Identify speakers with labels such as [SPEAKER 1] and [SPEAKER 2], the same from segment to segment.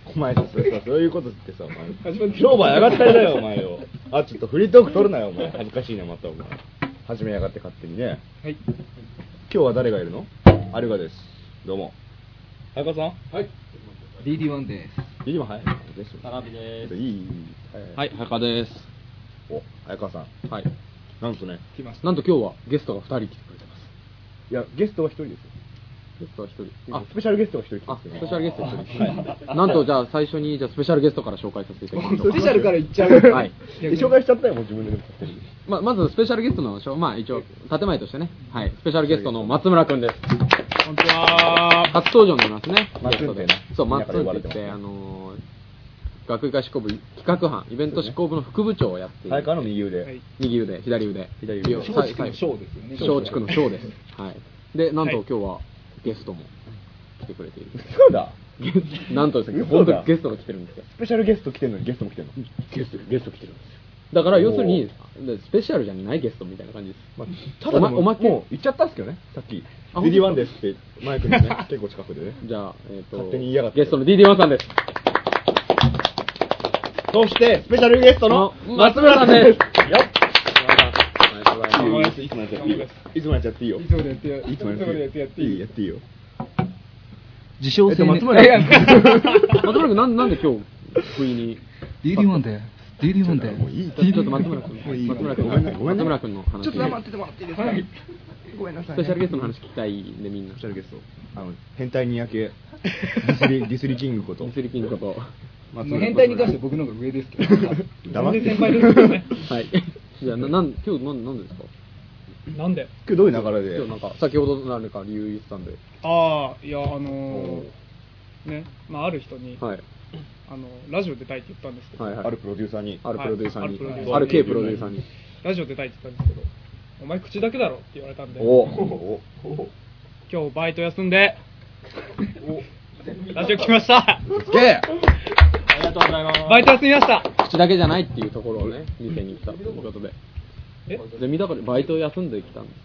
[SPEAKER 1] お前さ、そういうことってさ、お前商売上がったりだよ、お前よ。あ、ちょっとフリートーク取るなよ、お前。恥ずかしいね、またお前。始めやがって勝手にね。
[SPEAKER 2] はい。
[SPEAKER 1] 今日は誰がいるの？アルガです。どうも。早川さん？
[SPEAKER 2] はい。DD1 です。
[SPEAKER 1] DD1、はい。
[SPEAKER 3] 田辺です。
[SPEAKER 1] いい。
[SPEAKER 3] はい、早川です。
[SPEAKER 1] お、早川さん。
[SPEAKER 3] はい。
[SPEAKER 1] なんとね、
[SPEAKER 3] なんと今日はゲストが2人来てくれてます。
[SPEAKER 1] いや、ゲストは1人ですよ。
[SPEAKER 3] ゲストは1人。
[SPEAKER 1] スペシャルゲストが1人来て
[SPEAKER 3] あ、
[SPEAKER 1] ますけど
[SPEAKER 3] スペシャルゲスト1人。なんとじゃあ最初にスペシャルゲストから紹介させていただきましょう。
[SPEAKER 2] スペシャルから言っちゃう。
[SPEAKER 3] はい。
[SPEAKER 1] 紹介しちゃったよ、もう自分で。
[SPEAKER 3] まずスペシャルゲストのまあ一応建前としてね、はい、スペシャルゲストの松村くんです。
[SPEAKER 2] こんにちは。
[SPEAKER 3] 初登場になりますね。
[SPEAKER 1] 松村で。
[SPEAKER 3] そう、松村って言って学芸会執行部企画班、イベント執行部の副部長をやっている。
[SPEAKER 1] 早川の右腕。
[SPEAKER 3] 右腕、左腕。
[SPEAKER 2] 松竹のショーですよね。
[SPEAKER 3] 松竹のショーです。はい。で、なんと今日はゲストも来てくれている。
[SPEAKER 1] そうだ。
[SPEAKER 3] なんとですね、本当にゲストが来てるんですよ。
[SPEAKER 1] スペシャルゲスト来てるのにゲストも来てるの？ゲスト来てるんですよ。
[SPEAKER 3] だから要するにスペシャルじゃないゲストみたいな感じです。
[SPEAKER 1] まあ、ただ
[SPEAKER 3] おまけ
[SPEAKER 1] もう言っちゃったんですけどね、さっき DD1 ですってマイクにね結構近くでね。
[SPEAKER 3] じゃあ
[SPEAKER 1] 勝手に言いやがって。
[SPEAKER 3] ゲストの DD1 さんです。
[SPEAKER 1] そしてスペシャルゲストの
[SPEAKER 3] 松村さんです。よっ。
[SPEAKER 1] いつもやっちゃっていいよ。いつもやっちゃっていいよ。
[SPEAKER 2] いつもでやってよ。
[SPEAKER 1] いつもやっていい。やっていいよ。
[SPEAKER 2] 自称戦
[SPEAKER 1] 松村
[SPEAKER 3] 君なんで今日不意に
[SPEAKER 2] DD1 で DD1 で
[SPEAKER 1] もういい。
[SPEAKER 3] ちょっと松村君の話。
[SPEAKER 1] ちょっと黙っててもらっていいですか？ごめんなさい。
[SPEAKER 3] スペシャルゲストの話聞きたいんでみんな。
[SPEAKER 1] スペシャルゲスト。変態にやけディスリキングこと。
[SPEAKER 3] ディスリキングこと。
[SPEAKER 2] 変態に関して僕の方が上ですけど。
[SPEAKER 1] 黙って
[SPEAKER 2] 先輩ですよね。
[SPEAKER 3] はい。じゃあ今日なんでですか？
[SPEAKER 2] なんで？
[SPEAKER 1] 今日どういう流れで？
[SPEAKER 3] 今日なんか先ほど何か理由言ってたんで。
[SPEAKER 4] ああ、いやね、まあある人に、
[SPEAKER 3] はい。
[SPEAKER 4] ラジオ出たいって言ったんですけど、
[SPEAKER 3] はいはい。
[SPEAKER 1] あるプロデューサーに。
[SPEAKER 3] あるプロデューサーに。
[SPEAKER 4] はい
[SPEAKER 3] ある系プロデューサーに。
[SPEAKER 4] ラジオ出たいって言ったんですけど、お前口だけだろって言われたんで、
[SPEAKER 1] お
[SPEAKER 4] 今日バイト休んで、ラジオ来ました。
[SPEAKER 1] すげえ。
[SPEAKER 4] ありがとうございます。バイト休みました。
[SPEAKER 3] 口だけじゃないっていうところをね、店に行ったということで。で、見たからバイト休んできたんです。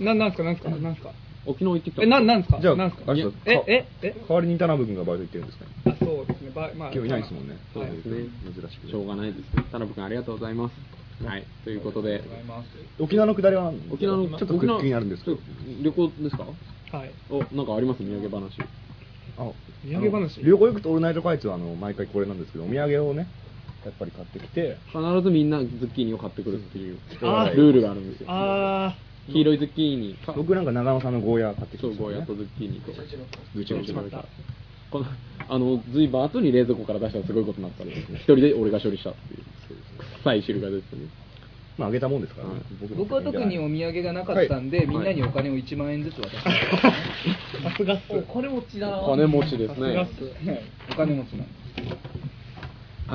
[SPEAKER 4] なんすか
[SPEAKER 3] 沖縄行ってきた。
[SPEAKER 4] なんすか
[SPEAKER 1] じゃあ、
[SPEAKER 4] なんすか
[SPEAKER 1] 代わりに田辺君がバイト行ってるんですかね。
[SPEAKER 4] あ、そうですね。まあ
[SPEAKER 1] 今日いないですもんね。
[SPEAKER 3] そうですね。
[SPEAKER 1] 珍しく。
[SPEAKER 3] しょうがないですね。田辺君ありがとうございます。はい。ということで、
[SPEAKER 1] 沖縄の下りは
[SPEAKER 3] 沖縄の
[SPEAKER 1] ちょっと気になるんですけど。
[SPEAKER 3] 旅行ですか？
[SPEAKER 4] はい。
[SPEAKER 3] なんかあります？土産話。
[SPEAKER 4] 土産話。
[SPEAKER 1] 旅行行くとオールナイトカイツは毎回これなんですけど、お土産をね、やっぱり買ってきて、
[SPEAKER 3] 必ずみんなズッキーニを買ってくるっていうル
[SPEAKER 4] あー
[SPEAKER 3] ールがあるんですよ。
[SPEAKER 4] あ
[SPEAKER 3] 黄色いズッキーニか。
[SPEAKER 1] 僕なんか長野さんのゴーヤ買ってきて、
[SPEAKER 3] そう、ゴーヤとズッキーニとぐちぐち
[SPEAKER 4] しまった
[SPEAKER 3] このずいぶん後に冷蔵庫から出したらすごいことになったんですね。一人で俺が処理したっていう臭い汁が出てね。
[SPEAKER 1] まああげたもんですからね。
[SPEAKER 2] 僕は特にお土産がなかったんで、みんなにお金を1万円ずつ渡して
[SPEAKER 4] さすがっす。
[SPEAKER 2] お金持ちだな。
[SPEAKER 3] 金持ちですね。
[SPEAKER 2] お金持ちなんです。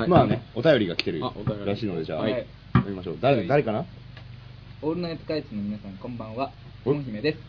[SPEAKER 3] はい。
[SPEAKER 1] まあね、お便りが来てる
[SPEAKER 3] お便り
[SPEAKER 1] らしいので、じゃあ、
[SPEAKER 3] はい
[SPEAKER 1] 読みましょう。誰かな？
[SPEAKER 2] オールナイトカイツの皆さんこんばんは。も姫です。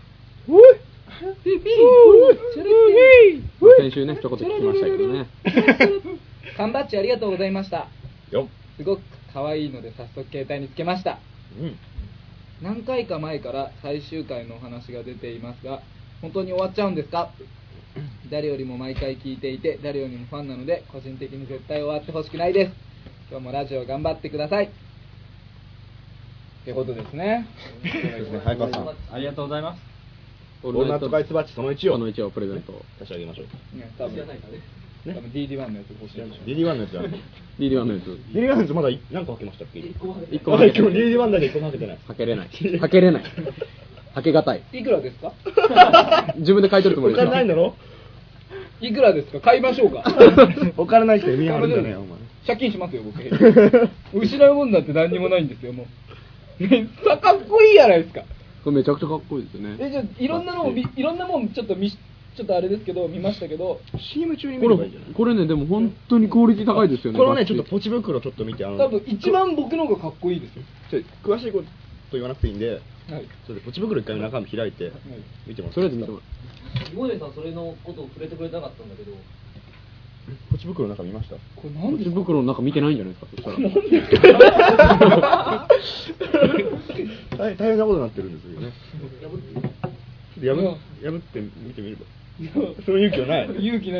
[SPEAKER 3] 先週ね、ちょこっと聞きましたけどね。
[SPEAKER 2] 缶バッジありがとうございました。
[SPEAKER 1] よっ。
[SPEAKER 2] すごく可愛いので早速携帯につけました。何回か前から最終回のお話が出ていますが、本当に終わっちゃうんですか？誰よりも毎回聞いていて、誰よりもファンなので、個人的に絶対終わってほしくないです。今日もラジオ頑張ってください。ってことですね。
[SPEAKER 1] 早川さん、
[SPEAKER 3] ありがとうございます。
[SPEAKER 1] オールナイトカイツバッジその1を
[SPEAKER 3] プレゼント
[SPEAKER 1] 差し上げましょう。
[SPEAKER 2] 多分 DD1 のやつ欲しい。
[SPEAKER 1] DD1 のやつは
[SPEAKER 3] DD1 のやつ。
[SPEAKER 1] DD1 のやつまだ何個開けましたっけ？1
[SPEAKER 3] 個開けてない。
[SPEAKER 1] DD1 だけ1個開けてない。
[SPEAKER 3] 開けれない。開けれない。開けがたい。
[SPEAKER 2] いくらですか？
[SPEAKER 3] 自分で買い取るつもりですか？
[SPEAKER 1] お金ないんだろ？
[SPEAKER 2] いくらですか？買いましょうか。
[SPEAKER 1] お金ない人見張るんだね、お前。
[SPEAKER 2] 借金しますよ、僕。失うもんなんて何にもないんですよ、もう。めっちゃかっこいいじゃないですか。
[SPEAKER 3] これめちゃくちゃかっこいいですよね。
[SPEAKER 2] じゃあいろんなのもいろんなもんちょっとあれですけど見ましたけど、
[SPEAKER 1] CM 中に見ればいいじゃない。
[SPEAKER 3] これね、でも本当にクオリティ高いですよね。
[SPEAKER 1] これね、ちょっとポチ袋ちょっと見て、
[SPEAKER 2] 多分一番僕の方がかっこいいですよ。
[SPEAKER 1] 詳しいこと言わなくていいんで、
[SPEAKER 2] はい、
[SPEAKER 1] それでポチ袋一回中身開いて見てもらって。
[SPEAKER 3] とりあえず見てもらう。
[SPEAKER 5] モネさんそれのことを触れてくれなかったんだけど、
[SPEAKER 1] ポチ袋の中見ました？
[SPEAKER 2] これなんで
[SPEAKER 3] ポチ袋の中見てないんじゃないですか、そしたら。
[SPEAKER 1] 大変なことになってるんですよね。破って見てみれば。その勇気はない。
[SPEAKER 2] 勇気ないです。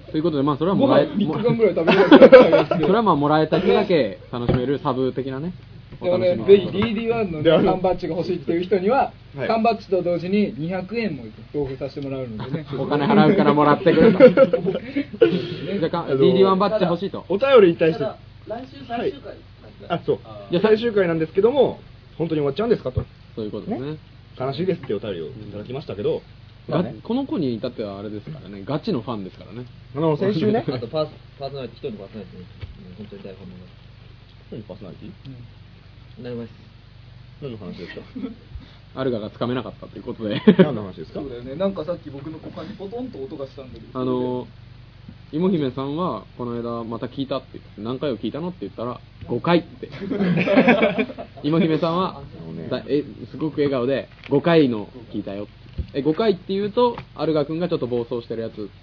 [SPEAKER 3] ということで、まあそれはもらえ、
[SPEAKER 2] 3日間ぐらい食べれなくなっちゃうやつで
[SPEAKER 3] それはまあもらえた人だけ楽しめるサブ的なね。
[SPEAKER 2] でもね、ぜひ DD1 の、ね、缶バッジが欲しいっていう人には、
[SPEAKER 1] はい
[SPEAKER 2] 缶バッジと同時に200円も同封させてもらうのでね。
[SPEAKER 3] お金払うからもらってくれと。じゃあ DD1 バッジ欲しいと。
[SPEAKER 1] お便りに対して
[SPEAKER 5] ただ来週最終回、
[SPEAKER 1] あ、そう。じゃあ最終回なんですけども、本当に終わっちゃうんですかと。
[SPEAKER 3] そういうことですね。
[SPEAKER 1] 悲しいですってお便りをいただきましたけど、まあね、
[SPEAKER 3] この子に至ってはあれですからね、ガチのファンですからね。
[SPEAKER 1] 先週ね、
[SPEAKER 5] あとパーソナリティ、一人のパーソナリティ、本当に大ファン
[SPEAKER 1] 何パーソナリティ
[SPEAKER 5] になります。
[SPEAKER 1] 何の話ですか
[SPEAKER 3] アルガがつかめなかったということで。
[SPEAKER 1] 何の話ですか
[SPEAKER 2] そうだよね。なんかさっき僕の股間にポトンと音がしたんだけど。
[SPEAKER 3] 芋姫さんはこの間また聞いたって言って何回を聞いたのって言ったら5回って芋姫さんはすごく笑顔で5回の聞いたよ5回って言うとアルガ君がちょっと暴走してるやつ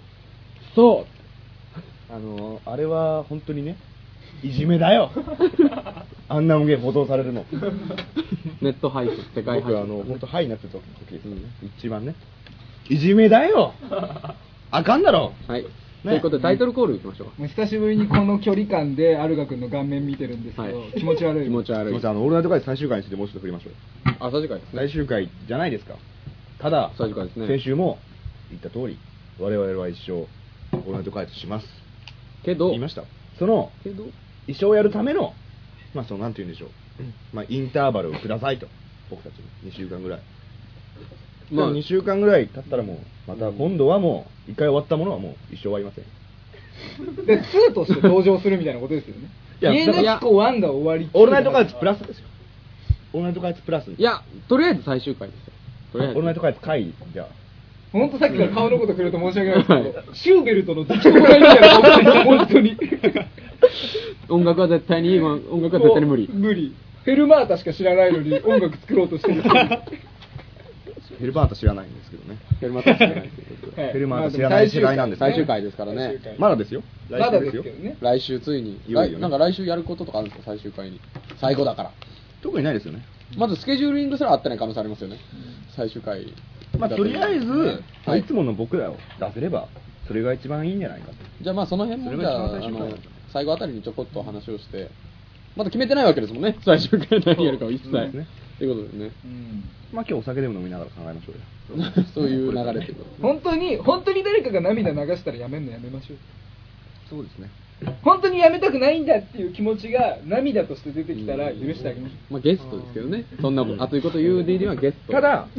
[SPEAKER 3] そう
[SPEAKER 1] あれは本当にねいじめだよあんな音源報道されるの
[SPEAKER 3] ネット配信世界配信
[SPEAKER 1] 僕本当ハイになってた時ですよね、一番ねいじめだよあかんだろ
[SPEAKER 3] はいということでタイトルコールいきましょう。
[SPEAKER 2] もう久しぶりにこの距離感でアルガ君の顔面見てるんですけど、気持ち悪い。
[SPEAKER 3] 気持ち悪い。
[SPEAKER 1] オールナイトカイ最終回についてもうちょっと振りましょう。
[SPEAKER 3] 最終回ですね。
[SPEAKER 1] 最終回じゃないですか。ただ、
[SPEAKER 3] 最終回ですね。
[SPEAKER 1] 先週も言った通り、我々は一生オールナイトカイとします。
[SPEAKER 3] けど、
[SPEAKER 1] 言いました。その一生やるためのまあそのなんて言うんでしょう。まあインターバルをくださいと僕たちに2週間ぐらい。まあ2週間ぐらい経ったらもうまた今度はもう1回終わったものはもう一生終わりません。
[SPEAKER 2] で2として登場するみたいなことですよね。家なき子1が終わり。
[SPEAKER 1] オールナイトカイツプラスですよ。オールナイトカイツプラス。
[SPEAKER 3] いやとりあえず最終回ですよ。とりあえず
[SPEAKER 1] オールナイトカイツ回じゃあ。
[SPEAKER 2] 本当さっきから顔のことくれると申し訳ないですけど、シューベルトの出来損ないみたいな顔してる本当に。
[SPEAKER 3] 音楽は絶対に音楽は絶対に無理。
[SPEAKER 2] 無理。フェルマータしか知らないのに音楽作ろうとしてる。
[SPEAKER 1] フェルマータ知らないんですけどね。
[SPEAKER 3] フェルマータ知らないですけど。
[SPEAKER 1] フェルマータ知らない世代なんですね。
[SPEAKER 3] 最終回ですからね。
[SPEAKER 1] まだですよ。
[SPEAKER 2] まだですけどね。
[SPEAKER 3] 来週ついに。
[SPEAKER 1] いよいよね
[SPEAKER 3] なんか来週やることとかあるんですか最終回に。最後だから。
[SPEAKER 1] 特にないですよね。
[SPEAKER 3] まずスケジューリングすら合ってない可能性ありますよね。最終回。
[SPEAKER 1] まあとりあえず、
[SPEAKER 3] はい
[SPEAKER 1] いつもの僕らを出せればそれが一番いいんじゃないかと。
[SPEAKER 3] じゃあまあその辺もじゃあ
[SPEAKER 1] それが一番最終回
[SPEAKER 3] 最後あたりにちょこっと話をして、まだ決めてないわけですもんね。最終回何やるかを一切。
[SPEAKER 1] そうですね。
[SPEAKER 3] ということでね。
[SPEAKER 1] まあ今日お酒でも飲みながら考えましょうよ。
[SPEAKER 3] そういう流れということで。
[SPEAKER 2] 本当に誰かが涙流したらやめるのやめましょう。
[SPEAKER 1] そうですね。
[SPEAKER 2] 本当にやめたくないんだっていう気持ちが涙として出てきたら許してあげましょう。
[SPEAKER 3] まあゲストですけどね。そんな熱いこと言う DD はゲスト。
[SPEAKER 1] ただ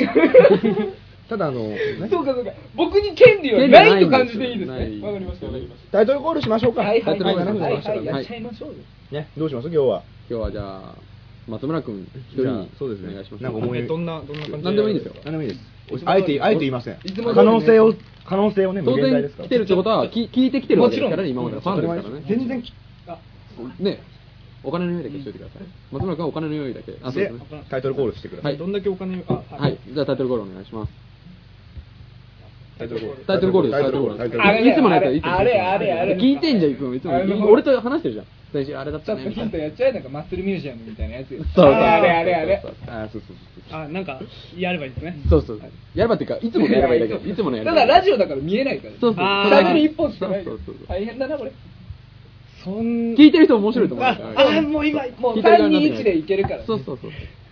[SPEAKER 2] そうかそうか。僕に権利はないと感じていいです
[SPEAKER 3] ない
[SPEAKER 2] ね。わかりましたわかりまし
[SPEAKER 1] タイトルコールしましょうか。
[SPEAKER 2] た。はいはいはい
[SPEAKER 3] タイトルコール
[SPEAKER 2] はいはい
[SPEAKER 3] しましょう
[SPEAKER 2] やっちゃいましょうよ。
[SPEAKER 1] ね、どうします今日は。
[SPEAKER 3] 今日はじゃあ松村君一人
[SPEAKER 1] じゃあ
[SPEAKER 3] に
[SPEAKER 1] そうですね
[SPEAKER 3] お願いします。
[SPEAKER 1] なんか思い
[SPEAKER 4] どんな感じで
[SPEAKER 3] 何でもいいんですよ。
[SPEAKER 1] 何でもいいです。あえて言いません。
[SPEAKER 2] いつも通りね
[SPEAKER 1] 可能性をね無
[SPEAKER 3] 当然
[SPEAKER 1] 限大ですから。
[SPEAKER 3] 来てるってことは聞いてきてるわけですからね、
[SPEAKER 2] もちろん
[SPEAKER 3] 今までのファンですからね。
[SPEAKER 1] 全然
[SPEAKER 3] ね、お金の用意だけしといてください。松村君はお金の用意だけ。あ、そうですね。
[SPEAKER 1] タイトルコールしてください。
[SPEAKER 3] はい
[SPEAKER 4] どんだけお金
[SPEAKER 3] はい、じゃあタイトルコールお願いします。
[SPEAKER 1] タイトルコール。
[SPEAKER 3] タイトルコールです、タイトルコールです。
[SPEAKER 2] あれね
[SPEAKER 3] いつものやつはいつものやつ
[SPEAKER 2] あれ
[SPEAKER 3] 聞いてんじゃん、いつも。いつ
[SPEAKER 2] あれ
[SPEAKER 3] も。俺と話してるじゃん。先週あれだっ
[SPEAKER 2] ちょっとヒント
[SPEAKER 3] たねみたいな。
[SPEAKER 2] やっちゃえなんかマッスルミュージアムみたいなやつよ。
[SPEAKER 3] そうそう
[SPEAKER 2] あれ。
[SPEAKER 1] あ、そう。
[SPEAKER 4] なんかやればいいですね。
[SPEAKER 3] そうそう。やればっていうか、いつものやればいいだけ。いつものやればいい。
[SPEAKER 2] ただラジオだから見えないから。
[SPEAKER 3] そうそう。
[SPEAKER 2] 喋り一本しかない。
[SPEAKER 3] そうそう。
[SPEAKER 2] 大変だなこれ。
[SPEAKER 3] 聞いてる人面白いと思う。
[SPEAKER 2] もう今もう
[SPEAKER 3] 聞いてる側
[SPEAKER 2] 3、2、
[SPEAKER 3] になってない
[SPEAKER 2] 1でいけるから。
[SPEAKER 3] そうそうそう。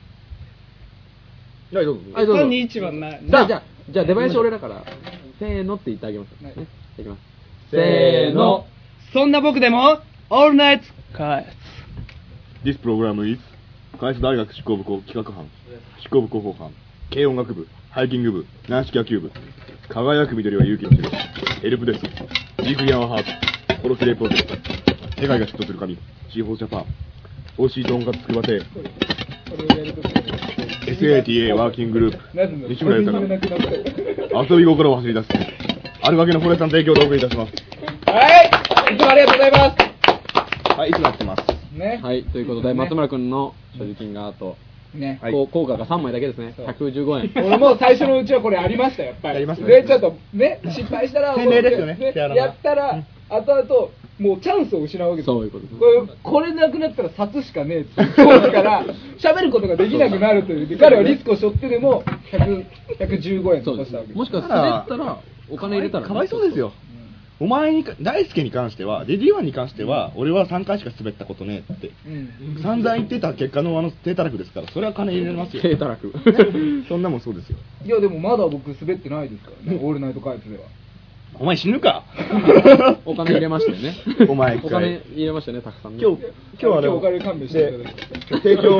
[SPEAKER 1] はい、どうぞ。
[SPEAKER 3] はい、どうぞ。
[SPEAKER 4] 3、2、1はな。
[SPEAKER 3] じゃあ出囃子俺だから、せーのって言ってあげます。ね。いきます。
[SPEAKER 2] せーの。
[SPEAKER 4] そんな僕でも、オールナイトカイ
[SPEAKER 1] This program is 開発大学執行部企画班、執行部広報班、軽音楽部、ハイキング部、軟式野球部、輝く緑は勇気の印、ヘルプデスク、ジークリアンハート、ホロスレイプロジェクト、世界が嫉妬する神、シーフォージャパン、OC と音楽つくば亭、SATA ワーキンググループ、西村豊、遊び心を走り出す、あるわけのフォレさん提供でお送りいたします。
[SPEAKER 2] はい。いつもありがとうございます。
[SPEAKER 1] はい、いつもやってます。
[SPEAKER 2] ね。
[SPEAKER 3] はい、ということで、松村君の所持金があと、
[SPEAKER 2] ね。
[SPEAKER 1] はい
[SPEAKER 3] 効果が3枚だけですね。115円。
[SPEAKER 2] 俺も最初のうちはこれありましたやっぱり。
[SPEAKER 1] やりますね
[SPEAKER 2] でちょっとね失敗したら
[SPEAKER 1] 洗礼ですよね手洗うの
[SPEAKER 2] やったら後々もうチャンスを失うわけです。
[SPEAKER 3] そういうことです
[SPEAKER 2] これなくなったら札しかねえっていう恐怖から喋ることができなくなるという。で彼はリスクを背負ってでも115円
[SPEAKER 3] そうです
[SPEAKER 2] 残したわけです。
[SPEAKER 3] もしか滑ったら、お金入れたら、
[SPEAKER 1] かわいそうですよ。 お前に大輔に関しては、レディー1に関しては、俺は3回しか滑ったことねえって、散々言ってた結果の低たらくですから、それは金入れられますよ。
[SPEAKER 3] 低たらく。
[SPEAKER 1] そんなもんそうですよ。
[SPEAKER 2] いやでもまだ僕滑ってないですからね、オールナイトカイツでは。
[SPEAKER 1] お前死ぬか
[SPEAKER 3] お金入れましたよね。
[SPEAKER 1] お前一回
[SPEAKER 3] お金入れましたよね、たくさんね。
[SPEAKER 1] 今日はね、
[SPEAKER 2] お金勘弁していただき
[SPEAKER 1] 提供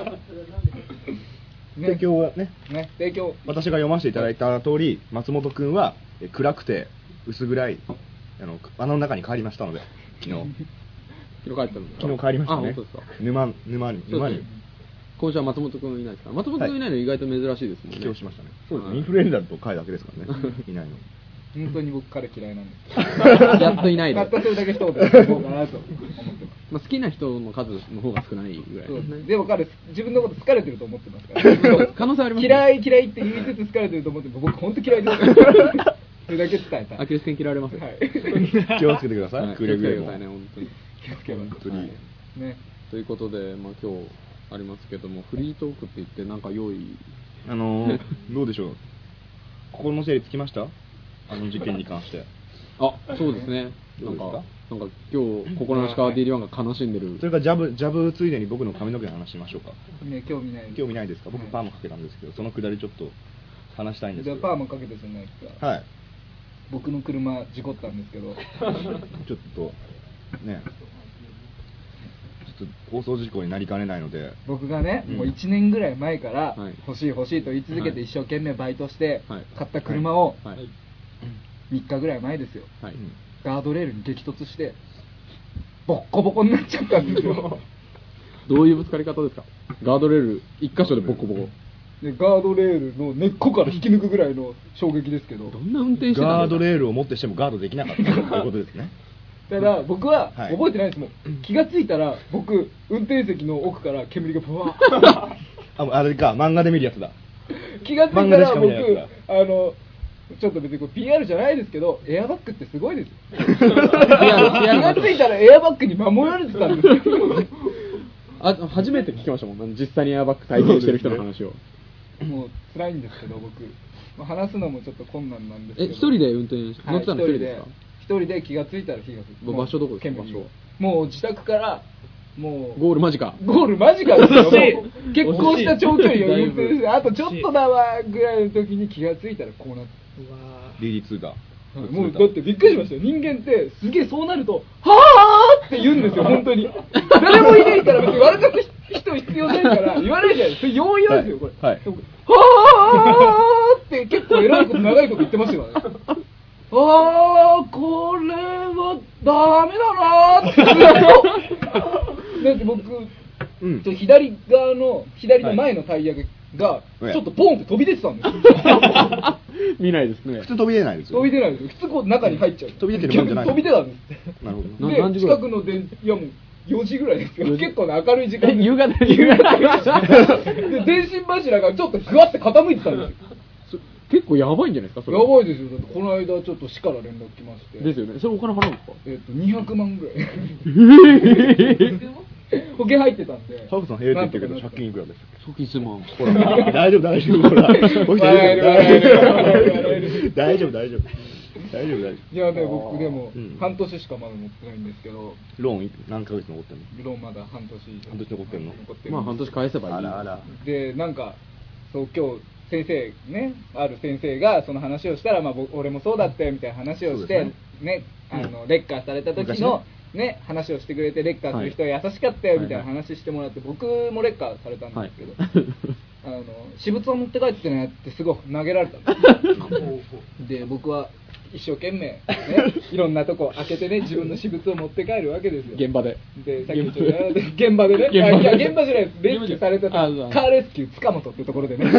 [SPEAKER 2] ね
[SPEAKER 1] 提供はね、
[SPEAKER 2] 提供。
[SPEAKER 1] 私が読ませていただいた通り、松本くんは暗くて薄暗い穴の中に帰りましたので、昨日
[SPEAKER 3] 帰ったの
[SPEAKER 1] 昨日帰りましたね。
[SPEAKER 3] あ、本当ですか。
[SPEAKER 1] 沼に
[SPEAKER 3] 今週は松本くんいないですから。松本くんいないの意外と珍しいですもんね。
[SPEAKER 1] 帰郷しましたね。そうですね。インフルエンザと帰るだけですからね。いないの。
[SPEAKER 2] 本当に僕彼嫌いなんです。
[SPEAKER 3] やっといないで。
[SPEAKER 2] たったそれだけ一言で思うかなと思ってます。
[SPEAKER 3] 好きな人の数の方が少ないぐらい。
[SPEAKER 2] そうですね。でも彼自分のこと好かれてると思ってますから。
[SPEAKER 3] 可能性ありますね。
[SPEAKER 2] 嫌いって言いつつ好かれてると思って僕本当嫌いです。それだけ伝えたい。
[SPEAKER 3] アキレス腱切られますよ。
[SPEAKER 2] はい。
[SPEAKER 1] 気をつけてください。
[SPEAKER 3] はい
[SPEAKER 1] くれぐれも。
[SPEAKER 3] 気をつけてくださいね、本当に。
[SPEAKER 2] 気をつけます。
[SPEAKER 1] 本当に。
[SPEAKER 2] ね。
[SPEAKER 3] ということで、今日ありますけども、フリートークって言ってなんか用意。
[SPEAKER 1] どうでしょう。心の整理つきました？事件に関して。
[SPEAKER 3] あ、そうですね。
[SPEAKER 1] どうですか？
[SPEAKER 3] なんか今日心なしか DD1 が悲しんでる。
[SPEAKER 1] それからジャブついでに僕の髪の毛の話しましょうか。
[SPEAKER 2] ね、興味ないです。
[SPEAKER 1] 興味ないですか？僕パーマかけたんですけど、そのくだりちょっと話したいんですけど。
[SPEAKER 2] じゃあパーマかけてじゃないですか。
[SPEAKER 1] はい。
[SPEAKER 2] 僕の車事故ったんですけど。
[SPEAKER 1] ちょっとね、ちょっと放送事故になりかねないので。
[SPEAKER 2] 僕がね、もう1年ぐらい前から
[SPEAKER 3] はい
[SPEAKER 2] 欲しい欲しいと言い続けて一生懸命バイトして
[SPEAKER 3] はい
[SPEAKER 2] 買った車を
[SPEAKER 3] はい
[SPEAKER 2] 3日ぐらい前ですよ、
[SPEAKER 3] はい。
[SPEAKER 2] ガードレールに激突してボッコボコになっちゃったんですよ。
[SPEAKER 3] どういうぶつかり方ですか？ガードレール一箇所でボコボコ。
[SPEAKER 2] でガードレールの根っこから引き抜くぐらいの衝撃ですけど、
[SPEAKER 3] どんな運転してた
[SPEAKER 1] ガード
[SPEAKER 3] ール。
[SPEAKER 1] レールを持ってしてもガードできなかったということですね。
[SPEAKER 2] ただ僕は
[SPEAKER 1] はい
[SPEAKER 2] 覚えてないですもん、気がついたら僕運転席の奥から煙がブワー
[SPEAKER 1] あれか、漫画で見るやつだ。
[SPEAKER 2] 気がついた
[SPEAKER 1] 漫画でしか見
[SPEAKER 2] ら僕
[SPEAKER 1] ないやつ
[SPEAKER 2] ちょっと別にこれ PR じゃないですけど、エアバッグってすごいですよ。気
[SPEAKER 3] PR
[SPEAKER 2] がついたらエアバッグに守られてたんですよ。
[SPEAKER 3] 初めて聞きましたもん。実際にエアバッグ体験してる人の話を。
[SPEAKER 2] もう辛いんですけど僕、話すのもちょっと困難なんですけど。
[SPEAKER 3] 一人で運転して、乗ってたの一人ですか？
[SPEAKER 2] 一人で気がついたら火がついて、
[SPEAKER 3] 場所どこですか？
[SPEAKER 2] 煙
[SPEAKER 3] 場所
[SPEAKER 2] もう自宅からもう
[SPEAKER 3] ゴール間近。
[SPEAKER 2] ゴール間近ですよ。も
[SPEAKER 4] 惜しいう
[SPEAKER 2] 結婚した長距離を運転して、
[SPEAKER 3] だいぶ
[SPEAKER 2] あとちょっとだわぐらいの時に気がついたらこうなって。
[SPEAKER 1] DD2 が。
[SPEAKER 2] もうだってびっくりしましたよ。人間ってすげえそうなるとはーって言うんですよ。本当に誰もいないから別に笑かす人必要ないから言わないじゃないですか。それ容易なんですよこれ。
[SPEAKER 1] はい。
[SPEAKER 2] はーって結構偉いこと長いこと言ってましたからね。これはダメだなーってだって僕、
[SPEAKER 1] うん
[SPEAKER 2] 左側の左の前のタイヤが
[SPEAKER 1] はい
[SPEAKER 2] ちょっとポンって飛び出てたんですよ。
[SPEAKER 3] 見ないですね
[SPEAKER 1] 普。通飛び出ないですよ。
[SPEAKER 2] 飛び出ないんですよ。普通こう中に入っちゃう。
[SPEAKER 1] 飛び出てるもんじゃない
[SPEAKER 2] 飛び出たんです。
[SPEAKER 1] なるほど。
[SPEAKER 2] で
[SPEAKER 3] 何時ぐらい
[SPEAKER 2] 近くのいやもう4時ぐらいですよ。結構ね明るい時間で
[SPEAKER 3] 夕方
[SPEAKER 2] で電信柱がちょっとふわって傾いてたんですよ。
[SPEAKER 3] 結構やばいんじゃないですか、それ。
[SPEAKER 2] やばいですよ。だってこの間ちょっと市から連絡来まして。
[SPEAKER 3] ですよね。それお金払うんですか
[SPEAKER 2] 200万ぐらい。保険入ってたんで。
[SPEAKER 1] ハフさん、って言ってるけど、借金いくらですか？
[SPEAKER 3] 初期質問。
[SPEAKER 1] ほら、大丈夫、大丈夫、ほら。起きてる
[SPEAKER 2] 笑える笑える
[SPEAKER 1] 大丈夫、大丈夫。大丈夫、大丈
[SPEAKER 2] いやね、僕でも
[SPEAKER 1] うん
[SPEAKER 2] 半年しかまだ持ってないんですけど、
[SPEAKER 1] 夫。ローン何ヶ月残ってんの？
[SPEAKER 2] ローンまだ半年以上
[SPEAKER 1] 半年残ってんの
[SPEAKER 2] 残ってる
[SPEAKER 3] まあ半年返せばいい。
[SPEAKER 1] あらあら。
[SPEAKER 2] でなんかそう今日先生ね、ある先生がその話をしたら、まあ、俺もそうだってみたいな話をして、
[SPEAKER 1] そうです
[SPEAKER 2] ね、レッカーされた時の、ね、話をしてくれて、レッカーする人は優しかったよみたいな話してもらって、僕もレッカーされたんですけど、私物を持って帰ってねってすごい投げられたんですで僕は一生懸命、ね、いろんなとこ開けてね、自分の私物を持って帰るわけですよ。
[SPEAKER 3] 現場で。
[SPEAKER 2] で、さっき言った現場でね、
[SPEAKER 3] 現場で
[SPEAKER 2] いや現場じゃないです。レスキューされてた、カ
[SPEAKER 3] あそう
[SPEAKER 2] ーレスキュー塚本っていうところでね。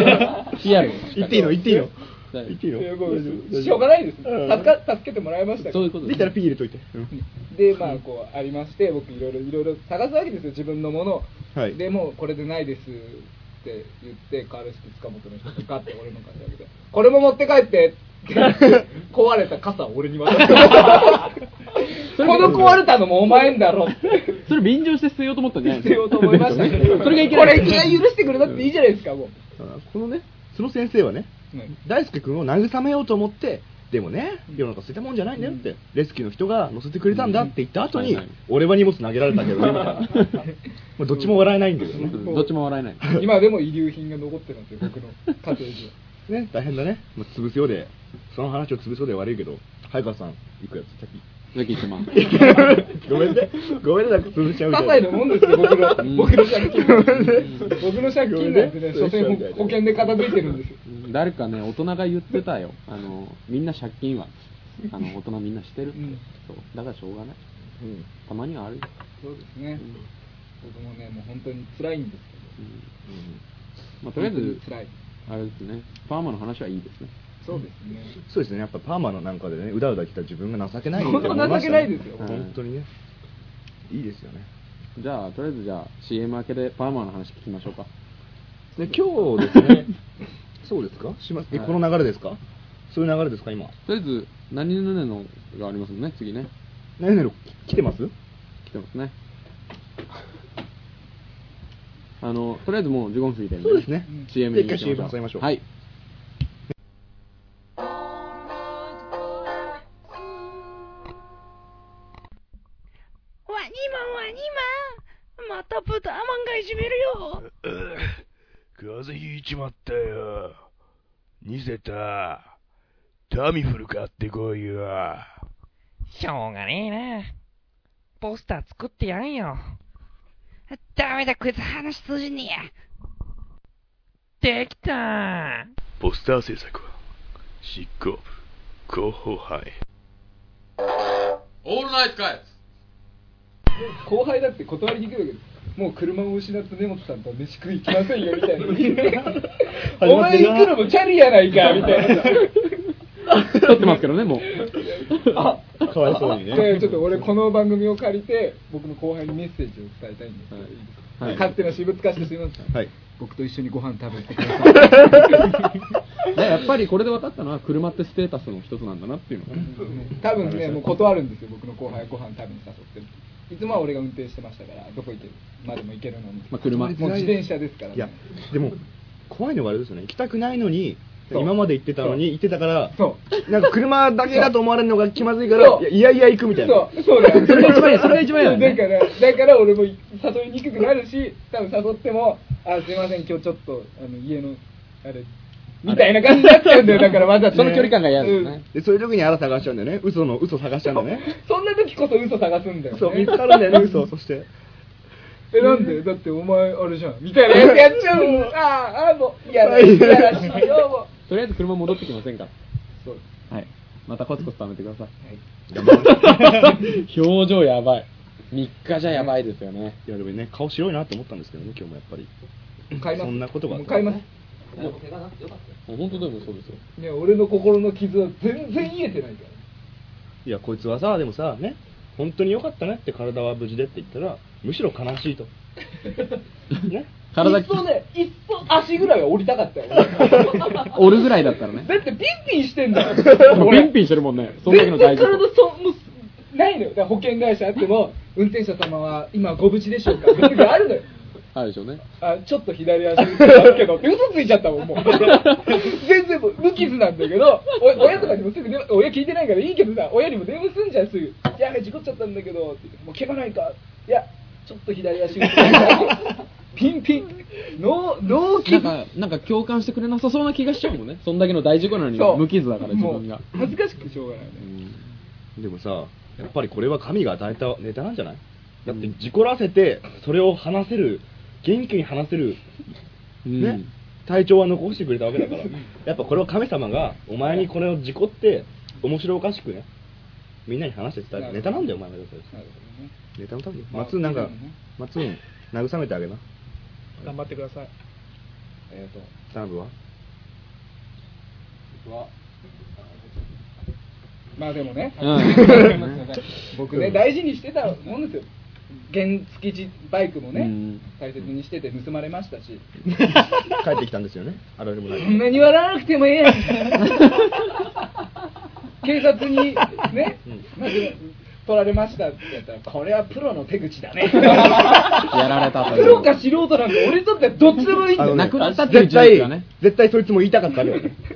[SPEAKER 3] PR。
[SPEAKER 1] 言っていいの？言っていいの？
[SPEAKER 3] はい
[SPEAKER 1] 言っていいの？
[SPEAKER 2] いやもう
[SPEAKER 1] 大丈夫
[SPEAKER 2] しょうがないです。
[SPEAKER 1] うん
[SPEAKER 2] 助けてもらいましたけど
[SPEAKER 3] そういうこと
[SPEAKER 1] できたら P 入れといて。
[SPEAKER 2] で、まあ、こう、ありまして、僕、いろいろ探すわけですよ、自分のものを。
[SPEAKER 1] はい
[SPEAKER 2] で、もう、これでないですって言って、カーレスキュー塚本の人がガッて俺の肩にあげて、これも持って帰ってって壊れた傘を俺に渡した。この壊れたのもお前んだろって。
[SPEAKER 3] それ便乗して捨てようと思ったんじゃない
[SPEAKER 2] 捨てようと思いましたけど、
[SPEAKER 3] それがいけない。
[SPEAKER 2] これいきなり許してくれたっていいじゃないですか、もう。
[SPEAKER 1] このね、その先生はね、大輔君を慰めようと思って、 でもね、世の中捨てたもんじゃないんだよって、レスキューの人が乗せてくれたんだって言った後に、
[SPEAKER 3] はいはい
[SPEAKER 1] 俺は荷物投げられたけどね、みたいな。まあどっちも笑えないんだけどね。
[SPEAKER 3] どっちも笑えない。
[SPEAKER 2] 今でも遺留品が残ってるんですよ、僕の家庭には。
[SPEAKER 1] ね、大変だね。もう潰すようで、その話を潰すようで悪いけど、早川さん、いくやつ、さっき。
[SPEAKER 3] さっき言ってます。
[SPEAKER 1] ごめんね。ごめんね、なんか潰しちゃうみたいな。
[SPEAKER 2] 些細なもんですよ、僕の借金。僕の借金なんてね、所詮保険で片付いてるんですよ。
[SPEAKER 3] 誰かね、大人が言ってたよ。みんな借金は、大人みんなしてる。そう。だからしょうがない。たまにはあるよ。
[SPEAKER 2] そうですね。僕もね、もう本当に辛いんですけど。
[SPEAKER 3] まあ、とりあえず、
[SPEAKER 2] 辛い。
[SPEAKER 3] あれですね、パーマの話はいいですね。
[SPEAKER 2] そうですね。
[SPEAKER 1] そうですね、やっぱパーマのなんかでね、うだうだ来た自分が情けないって思い
[SPEAKER 2] 本当情
[SPEAKER 1] ましたね。
[SPEAKER 2] けないですよ。
[SPEAKER 1] 本当にね。いいですよね。
[SPEAKER 3] じゃあ、とりあえずCM 明けでパーマの話聞きましょうか。
[SPEAKER 1] で今日ですね、そうですかします、この流れですか、そういう流れですか今。
[SPEAKER 3] とりあえず、何々のがありますもんね、次ね。
[SPEAKER 1] 何々来てます？
[SPEAKER 3] 来てますね。とりあえずもう15分過ぎてるんで、
[SPEAKER 1] そうですね。
[SPEAKER 3] CM に
[SPEAKER 1] で一回 CM 挟みましょう。
[SPEAKER 3] はい。
[SPEAKER 6] ワニマンまた豚マンがいじめるよ。
[SPEAKER 7] 風邪ひいちまったよ。ニセタタミフル買ってこいよ。
[SPEAKER 6] しょうがねえな。ポスター作ってやんよ。ダメだ、こいつ話通じねえや。できた。
[SPEAKER 7] ポスター制作は執行部広報班へ。
[SPEAKER 3] オールナイトカイツ。
[SPEAKER 2] 後輩だって断りに来るけど、もう車を失った根本さんとは飯食い行きませんよみたいな。お前行くのもチャリやないかみたいな。
[SPEAKER 3] 撮ってますけどね、もう。
[SPEAKER 1] かわいそうにね。
[SPEAKER 2] でちょっと俺この番組を借りて僕の後輩にメッセージを伝えたいんですけど、いいですか、勝手な私物化してすみません、
[SPEAKER 1] はい、
[SPEAKER 2] 僕と一緒にご飯食べてください。
[SPEAKER 3] やっぱりこれで分かったのは車ってステータスの一つなんだなっていうのがね。
[SPEAKER 2] 多分ねもう断るんですよ、僕の後輩ご飯食べに誘ってる。いつもは俺が運転してましたからどこ行けるまでも行けるのに、
[SPEAKER 3] まあ、車
[SPEAKER 2] もう自転車ですからね。
[SPEAKER 1] いやでも怖いのがあれですよね、行きたくないのに今まで行ってたのに行ってたからなんか車だけだと思われるのが気まずいからいや行くみたいな。
[SPEAKER 2] そうだよ。
[SPEAKER 3] それが一番いい、それが一番いいよね。
[SPEAKER 2] だから俺も誘いにくくなるし、多分誘ってもすいません今日ちょっと家のあれみたいな感じになっちゃうんだよ。だからまだ
[SPEAKER 3] その距離感が嫌ですね。
[SPEAKER 1] でそういう時にあら探しちゃうんだよね。嘘探しちゃうんだよね。
[SPEAKER 2] そんな時こそ嘘探すんだよね。
[SPEAKER 1] そう見つかるんだよね嘘。そして
[SPEAKER 2] なんでだってお前あれじゃんみたいなやつやっちゃうもん。もういやらしいよもう。
[SPEAKER 3] とりあえず車戻ってきませんか。
[SPEAKER 2] そう
[SPEAKER 3] はい。またコツコツ貯めてください。表情やばい。3日じゃやばいですよね。
[SPEAKER 1] いやでもね顔白いなと思ったんですけどね今日もやっぱり。
[SPEAKER 2] 買います。
[SPEAKER 1] そんなことが
[SPEAKER 2] 買います。
[SPEAKER 5] もう手がなくてよかったよ。
[SPEAKER 3] 本当でもそうですよ。
[SPEAKER 2] ね俺の心の傷は全然癒えてないから。
[SPEAKER 1] いやこいつはさでもさね本当に良かったねって体は無事でって言ったらむしろ悲しいと。ね。
[SPEAKER 2] いっそ足ぐらいは折りたかったよ。
[SPEAKER 3] 折るぐらいだったらね。
[SPEAKER 2] だってピンピンしてんだよ。
[SPEAKER 3] ピンピンしてるもんね。そんだけの大事。
[SPEAKER 2] 体もうないのよ。だから保険会社あっても運転手様は今ご無事でしょうか。別にあるのよ。
[SPEAKER 3] あるでしょうね。
[SPEAKER 2] ちょっと左足にあるけどって嘘ついちゃったもんもう。全然無傷なんだけど、親とかにもすぐ親聞いてないからいいけどさ、親にも電話すんじゃんすぐ。いや事故っちゃったんだけどって言ってもう怪我ないか。いやちょっと左足がピンピンノー傷。
[SPEAKER 3] なんか共感してくれなさそうな気がしちゃうもんね。そんだけの大事故なのに無傷だから自分が。
[SPEAKER 2] 恥ずかしくてしょうがないね。
[SPEAKER 1] でもさやっぱりこれは神が与えたネタなんじゃない？だって事故らせてそれを話せる元気に話せるね体調は残してくれたわけだから、やっぱこれを神様がお前にこれを事故って面白おかしくねみんなに話して伝えるネタなんだよお前がそれ。ネタのために松なんか松に慰めてあげな。
[SPEAKER 4] 頑張ってください。あ
[SPEAKER 2] りがとう。
[SPEAKER 1] サナブは
[SPEAKER 2] まあでもね、僕ね大事にしてたもんですよ。原付きバイクもね大切にしてて盗まれましたし
[SPEAKER 1] 帰ってきたんですよね。あれでもない。
[SPEAKER 2] そんなに笑わなくてもええやん。警察にね、取られましたってやったらこれはプロの手口だね。
[SPEAKER 3] やられたと。
[SPEAKER 2] プロか素人なんか俺にとってはどっちでもいいんだよ。
[SPEAKER 3] なくなったっていう事実がね。
[SPEAKER 1] 絶対そいつも言いたかったわけだよね。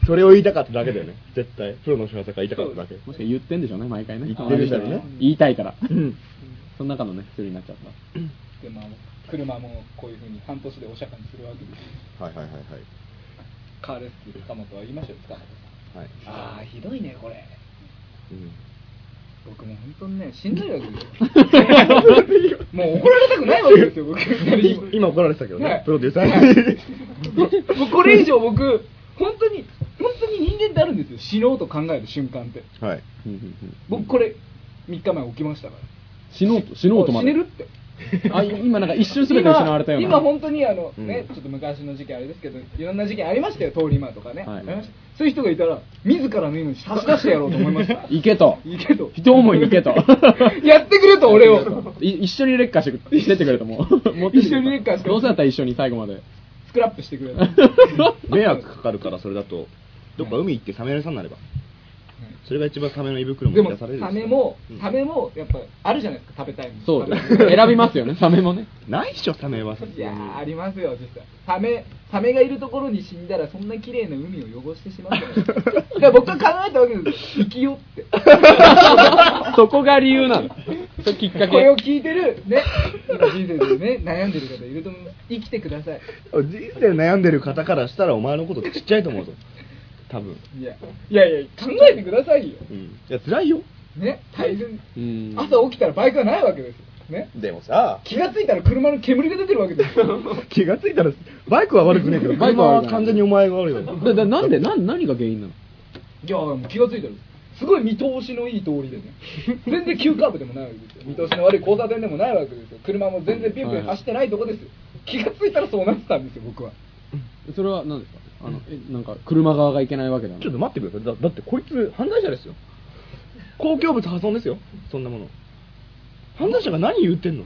[SPEAKER 1] それを言いたかっただけだよね。絶対。プロの仕業が言いたかっただけ。
[SPEAKER 3] もしか言ってんでしょうね、毎回ね。
[SPEAKER 1] 言ってるんだよね。
[SPEAKER 3] 言いたいから。その中のね、一人になっちゃった。
[SPEAKER 2] でも車もこういうふうに半年でお釈迦にするわけです。
[SPEAKER 1] はいはいはいはい。
[SPEAKER 2] カーレスキー塚本は言いましたよ、塚本さん。
[SPEAKER 1] はい。
[SPEAKER 2] ああ、ひどいね、これ。
[SPEAKER 1] うん
[SPEAKER 2] 僕も本当にね、しんどいわけですよ。もう怒られたくないわけですよ、僕。
[SPEAKER 1] 今怒られてたけど
[SPEAKER 2] は
[SPEAKER 1] ね
[SPEAKER 2] い、
[SPEAKER 1] プロデューサーに。
[SPEAKER 2] もうこれ以上僕、本当に人間ってあるんですよ、死のうと考える瞬間って。
[SPEAKER 1] はい。
[SPEAKER 2] 僕これ、3日前起きましたから。
[SPEAKER 3] 死のうとまで。
[SPEAKER 2] 死ねるって。
[SPEAKER 3] あ、今なんか一瞬すべて失われたような。
[SPEAKER 2] 今本当にね、
[SPEAKER 1] うん
[SPEAKER 2] ちょっと昔の事件あれですけど、いろんな事件ありましたよ、通り魔とかね。
[SPEAKER 3] はい
[SPEAKER 2] ありましたそういう人がいたら、自らの命差し出してやろうと思いました。
[SPEAKER 3] 行けと。
[SPEAKER 2] いいけど。
[SPEAKER 3] 一思いに行けと。
[SPEAKER 2] やってくれと、俺を。
[SPEAKER 3] 一緒に劣化してってくれともう。持ってってくれと
[SPEAKER 2] 一緒に劣化して
[SPEAKER 3] どうせだったら一緒に最後まで。
[SPEAKER 2] スクラップしてくれと。
[SPEAKER 1] 迷惑かかるから、それだと、どっか海行ってサメ屋さんになれば。それが一番サメの胃袋も
[SPEAKER 2] でも
[SPEAKER 1] 満たされる
[SPEAKER 2] サメもやっぱあるじゃないですか、食べたいもの。
[SPEAKER 3] そうです。選びますよね、サメもね。
[SPEAKER 1] ないっしょ、サメはさす
[SPEAKER 2] いや
[SPEAKER 1] がに。
[SPEAKER 2] ーありますよ、実際。サメがいるところに死んだらそんな綺麗な海を汚してしまうじゃないですか。だから僕は考えたわけですよ。生きよって。
[SPEAKER 3] そこが理由なの。それきっかけ
[SPEAKER 2] これを。聞いてる、ね、今人生でね、悩んでる方いると思います。生きてください。
[SPEAKER 1] 人生悩んでる方からしたら、お前のことちっちゃいと思うぞ。多分。
[SPEAKER 2] いや、考えてくださいよ。
[SPEAKER 1] うん。いや、辛いよ。
[SPEAKER 2] ね、大変。
[SPEAKER 3] うん。
[SPEAKER 2] 朝起きたらバイクがないわけですよ。ね。
[SPEAKER 1] でもさ、
[SPEAKER 2] 気がついたら車の煙が出てるわけですよ。
[SPEAKER 1] 気がついたら、バイクは悪くねえけど、バイクは完全にお前が悪いよ。
[SPEAKER 3] なんで何が原因なの？
[SPEAKER 2] いやもう気がついたらすごい見通しのいい通りでね全然急カーブでもないわけですよ、見通しの悪い交差点でもないわけですよ、車も全然ビュンビュン走ってないとこですよ、気がついたらそうなってたんですよ、僕は。
[SPEAKER 3] それは何ですか？なんか車側がいけないわけだな。
[SPEAKER 1] ちょっと待ってください。だってこいつ犯罪者ですよ。公共物破損ですよ、そんなもの。犯罪者が何言ってんの？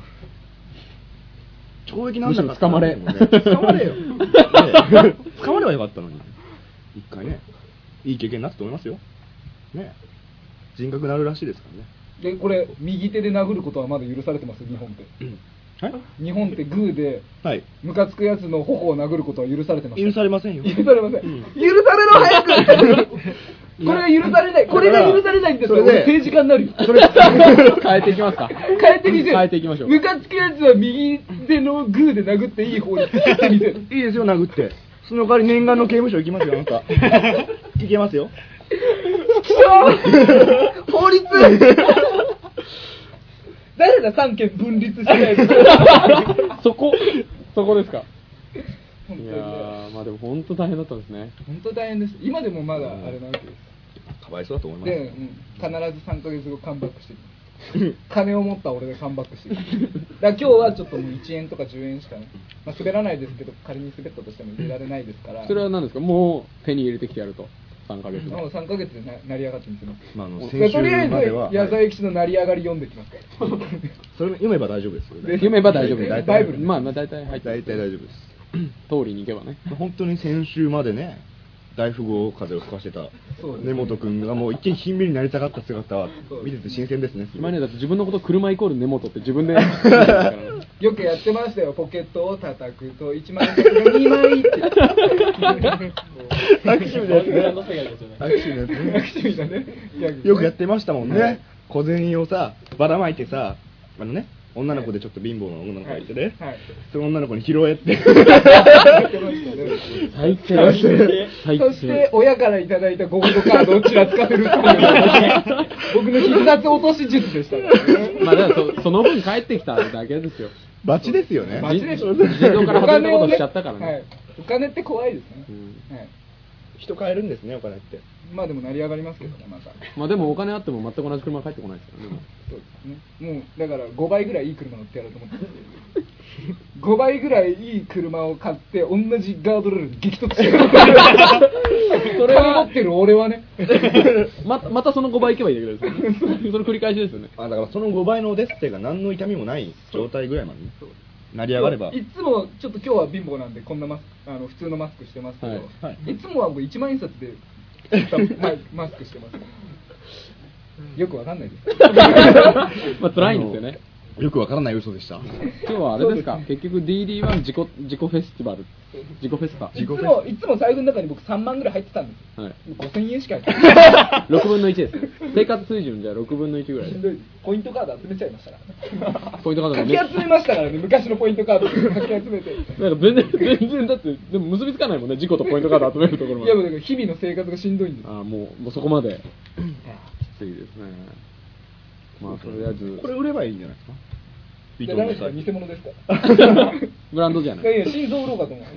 [SPEAKER 1] 懲役なんだか
[SPEAKER 3] むしろ捕まれ
[SPEAKER 1] 捕まれよ。捕まればよかったのに。一回ね、いい経験になったと思いますよ。ね、人格なるらしいですからね。
[SPEAKER 2] でこれ右手で殴ることはまだ許されてますよ、日本って。
[SPEAKER 1] はい。
[SPEAKER 2] 日本ってグーで
[SPEAKER 1] はい。
[SPEAKER 2] ムカつくやつの頬を殴ることは許されてます。
[SPEAKER 1] 許されませんよ。
[SPEAKER 2] 許されません。許されろ早く。これが許されない。これが許されないんだったら俺政治家になるよ。
[SPEAKER 3] 変えていきますか？
[SPEAKER 2] 変えてみせる。
[SPEAKER 3] 変えていきましょう。
[SPEAKER 2] ムカつくやつは右手のグーで殴っていい方に変えてみせる。
[SPEAKER 1] いいですよ、殴って。その代わり念願の刑務所行きますよ、あなた。行けますよ。
[SPEAKER 2] 法律誰だ三権分立しないと。
[SPEAKER 3] そこですか？
[SPEAKER 2] 本当にね
[SPEAKER 3] いやー、まあでも本当大変だったんですね。
[SPEAKER 2] 本当大変です。今でもまだあれなわけです。
[SPEAKER 1] かわいそうだと思います。
[SPEAKER 2] で、必ず3ヶ月後カムバックしてくる。金を持った俺でカムバックしてくる。だから今日はちょっともう1円とか10円しかね、まあ、滑らないですけど、仮に滑ったとしても入れられないですから。
[SPEAKER 3] それは何ですか？もう手に入れてきてやると。3ヶ月で。
[SPEAKER 2] もう3ヶ月で成り上がってみせます。
[SPEAKER 1] まあ、
[SPEAKER 2] と
[SPEAKER 1] 先週
[SPEAKER 2] りあえ
[SPEAKER 1] までは、
[SPEAKER 2] ず矢沢永吉の成り上がり読んできますから。
[SPEAKER 1] それ読めば大丈夫ですよね。
[SPEAKER 3] 読めば大丈夫です。
[SPEAKER 1] 大体
[SPEAKER 2] バイブル
[SPEAKER 3] まあ大体入って
[SPEAKER 1] 大体大丈夫です。
[SPEAKER 3] 通りに行けばね。
[SPEAKER 1] 本当に先週までね、大富豪風を吹かしてた
[SPEAKER 2] そうですね
[SPEAKER 1] 根本君がもう一見貧民になりたかった姿は見てて新鮮ですね。
[SPEAKER 3] 今ね、だって自分のこと車イコール根元って自分で
[SPEAKER 2] よくやってましたよ、ポケットを叩くと1枚ずつが2枚って。
[SPEAKER 1] 握手みたいなやつね。握手のやつね。
[SPEAKER 2] 握手みたいなねギャグ
[SPEAKER 1] よくやってましたもんね。小銭をさ、ばらまいてさ、女の子でちょっと貧乏な女の子がいてね、
[SPEAKER 2] はい
[SPEAKER 1] その女の子に拾えって。
[SPEAKER 2] やってましたね。
[SPEAKER 3] 最低最
[SPEAKER 2] そして親からいただいたゴールドカードをちらつかせるっていうのが僕の必殺落とし術でしたからね。
[SPEAKER 3] まあだからその分帰ってきただけですよ。
[SPEAKER 1] バチですよね。
[SPEAKER 2] バチでしょ。
[SPEAKER 3] 自動から外れたことしちゃったからね
[SPEAKER 2] はいお金って怖いですね。はい
[SPEAKER 1] 人変えるんですね、お金って。
[SPEAKER 2] まあでも成り上がりますけどね、また。
[SPEAKER 3] まあでもお金あっても全く同じ車は帰ってこないですからね。
[SPEAKER 2] そうですね。もうだから5倍ぐらいいい車乗ってやろうと思ってます5倍ぐらいいい車を買って同じガードレールに激突してる。それを持ってる俺はね。
[SPEAKER 3] またその5倍いけばいいだけですよね。その繰り返しですよね。
[SPEAKER 1] だからその5倍のオデッセイが何の痛みもない状態ぐらいまでね成り上がれば。
[SPEAKER 2] いつもちょっと今日は貧乏なんでこんなマスク普通のマスクしてますけど、
[SPEAKER 3] はい
[SPEAKER 1] はい
[SPEAKER 2] いつもはもう1万円札でマスクしてます。よくわかんないです。
[SPEAKER 3] まあ辛いんですよね。
[SPEAKER 1] よくわからない嘘でした。
[SPEAKER 3] 今日はあれですか、結局 DD1 自己フェスティバル、自己フェスタ。
[SPEAKER 2] いつも財布の中に僕3万ぐらい入ってたんですよ。
[SPEAKER 3] はい、
[SPEAKER 2] 5000円しか入ってない。
[SPEAKER 3] 6分の1です。生活水準じゃ6分の1ぐらいで。
[SPEAKER 2] ポイントカード集めちゃいましたから。
[SPEAKER 3] ポイントカード
[SPEAKER 2] かき集めましたからね、昔のポイントカードかき集めて。
[SPEAKER 3] なんか全然だって、でも結びつかないもんね、事故とポイントカード集めるところまで。
[SPEAKER 2] いや、もうだから日々の生活がしんどいんです。
[SPEAKER 3] ああ、もうそこまで。きついですね。まあ、とりあえず。
[SPEAKER 1] これ売ればいいんじゃないですか。
[SPEAKER 2] いや、ダメですか、偽物ですか。
[SPEAKER 3] ブランドじゃない。
[SPEAKER 2] いやいや、心臓売ろうかと思って。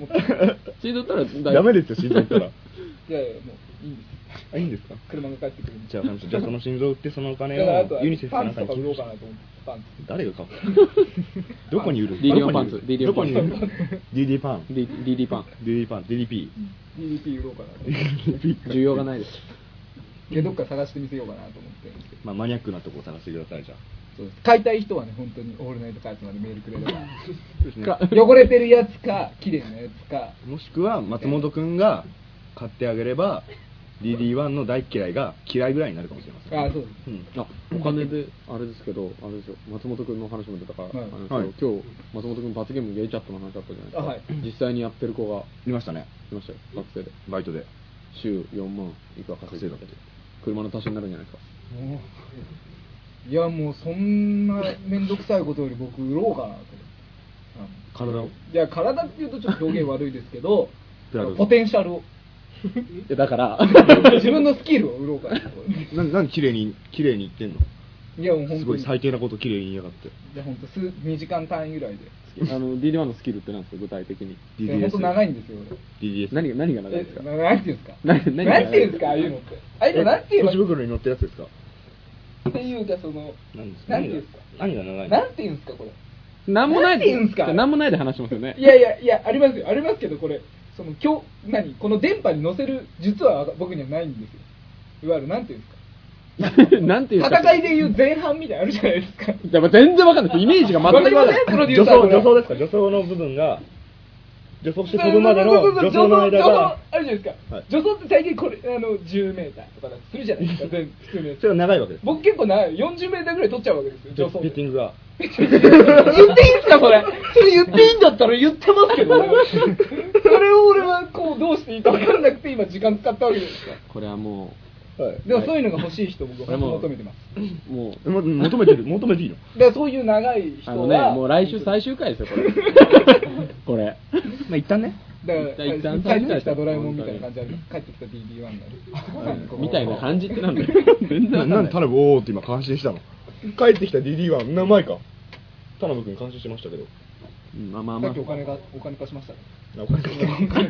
[SPEAKER 3] 心臓売ったら
[SPEAKER 1] ダメですよ、心臓売ったら。
[SPEAKER 2] いやいや、もういいんです。
[SPEAKER 1] あ、いいんですか。
[SPEAKER 2] 車が帰ってくるんで。
[SPEAKER 1] じゃあその心臓売ってそのお金をユニセフかなんかに
[SPEAKER 2] パンツとか売ろうかなと思って。パンツ。
[SPEAKER 1] 誰が買うどこに売る
[SPEAKER 3] DD パンツ。
[SPEAKER 1] どこに売る DD パン。
[SPEAKER 3] DD パン。
[SPEAKER 1] DD パン。DDP。
[SPEAKER 2] DDP 売ろうかな。
[SPEAKER 3] 需要がないです。
[SPEAKER 2] どっか探してみせようかなと思ってるんですけど。
[SPEAKER 1] まあマニアックなところ探してください、じゃあ。
[SPEAKER 2] そうです。買いたい人はね、本当にオールナイトカーツまでメールくれれば。
[SPEAKER 1] そうですね。
[SPEAKER 2] 汚れてるやつか、綺麗なやつか。
[SPEAKER 1] もしくは松本くんが買ってあげれば、DD1 の大嫌いが嫌いぐらいになるかもしれません。
[SPEAKER 2] ああ、そうです。
[SPEAKER 3] お金で、あれですけど、あれですよ、松本くんの話も出たから、今日、松本くん罰ゲームゲイチャットの話だったじゃないですか。
[SPEAKER 2] はい、
[SPEAKER 3] 実際にやってる子が
[SPEAKER 1] いましたね。
[SPEAKER 3] いましたよ、学生で。
[SPEAKER 1] バイトで。
[SPEAKER 3] 週4万いくら稼いでたって。車の足しになるんじゃないですか。
[SPEAKER 2] いや、もうそんなめんどくさいことより僕売ろうかなと。
[SPEAKER 1] 体を。
[SPEAKER 2] いや、体っていうとちょっと表現悪いですけど、ポテンシャルを。
[SPEAKER 3] だから
[SPEAKER 2] 自分のスキルを売ろうかな。
[SPEAKER 1] なん綺麗に言ってんの。
[SPEAKER 2] いや、もう本当に
[SPEAKER 1] すごい最低なこと綺麗に言いやがって。
[SPEAKER 2] いや、本当2時間単位ぐらいで。
[SPEAKER 3] DD1 のスキルってなんですか、具体的に。
[SPEAKER 2] 本当長いんですよ、俺。
[SPEAKER 1] DDS。
[SPEAKER 3] 何が長いですか。
[SPEAKER 2] なんていうんですか。
[SPEAKER 3] なんていうん
[SPEAKER 2] ですか、ああいうのって。ああいうのなんていうの。
[SPEAKER 1] 腰袋に乗ってるやつですか。
[SPEAKER 2] っていうか、その、なんていうんですか。
[SPEAKER 1] 何が長いの。
[SPEAKER 2] なんていうんですか、これ。
[SPEAKER 3] なんもない
[SPEAKER 2] で。
[SPEAKER 3] なんもないで話してますよね。
[SPEAKER 2] いや、ありますよ。ありますけど、これ、その、この電波に乗せる、実は僕にはないんですよ。いわゆる、なんていうんですか。
[SPEAKER 3] なんていうか
[SPEAKER 2] 戦いでいう前半みたいなのあるじゃないですか。
[SPEAKER 3] でも全然わかんないです。イメージが全くわかんない。
[SPEAKER 1] 助走ですか。助走の部分が助走して飛ぶまでの助走の間が
[SPEAKER 2] あるじゃないですか。助走って最近これ10メーターとかするじゃないですか。普通のやつ。
[SPEAKER 1] それは長いわけです。
[SPEAKER 2] 僕結構長い40メーターぐらい取っちゃうわけですよ。助走。
[SPEAKER 1] ピッティングが。
[SPEAKER 2] 言っていいですか、これ。それ言っていいんだったら言ってますけど。それを俺はこうどうしていいか分からなくて今時間使ったわけですから。
[SPEAKER 3] これはも
[SPEAKER 2] でもそういうのが欲しい人僕は求めてます。
[SPEAKER 3] も
[SPEAKER 1] う求めていいの。
[SPEAKER 2] でそういう長い人は
[SPEAKER 3] もう来週最終回ですよこれ。これ。
[SPEAKER 1] まあ一旦ね。
[SPEAKER 2] だから帰ってきたドラえもんみたいな感じで帰ってきた DD1 の
[SPEAKER 3] みたいな感じってなんだよ。全然
[SPEAKER 1] なんで田辺おーって今感心したの。帰ってきた DD1 何前か。田辺君感心しましたけど。
[SPEAKER 2] さっきお金貸しましたね。
[SPEAKER 1] お金貸した。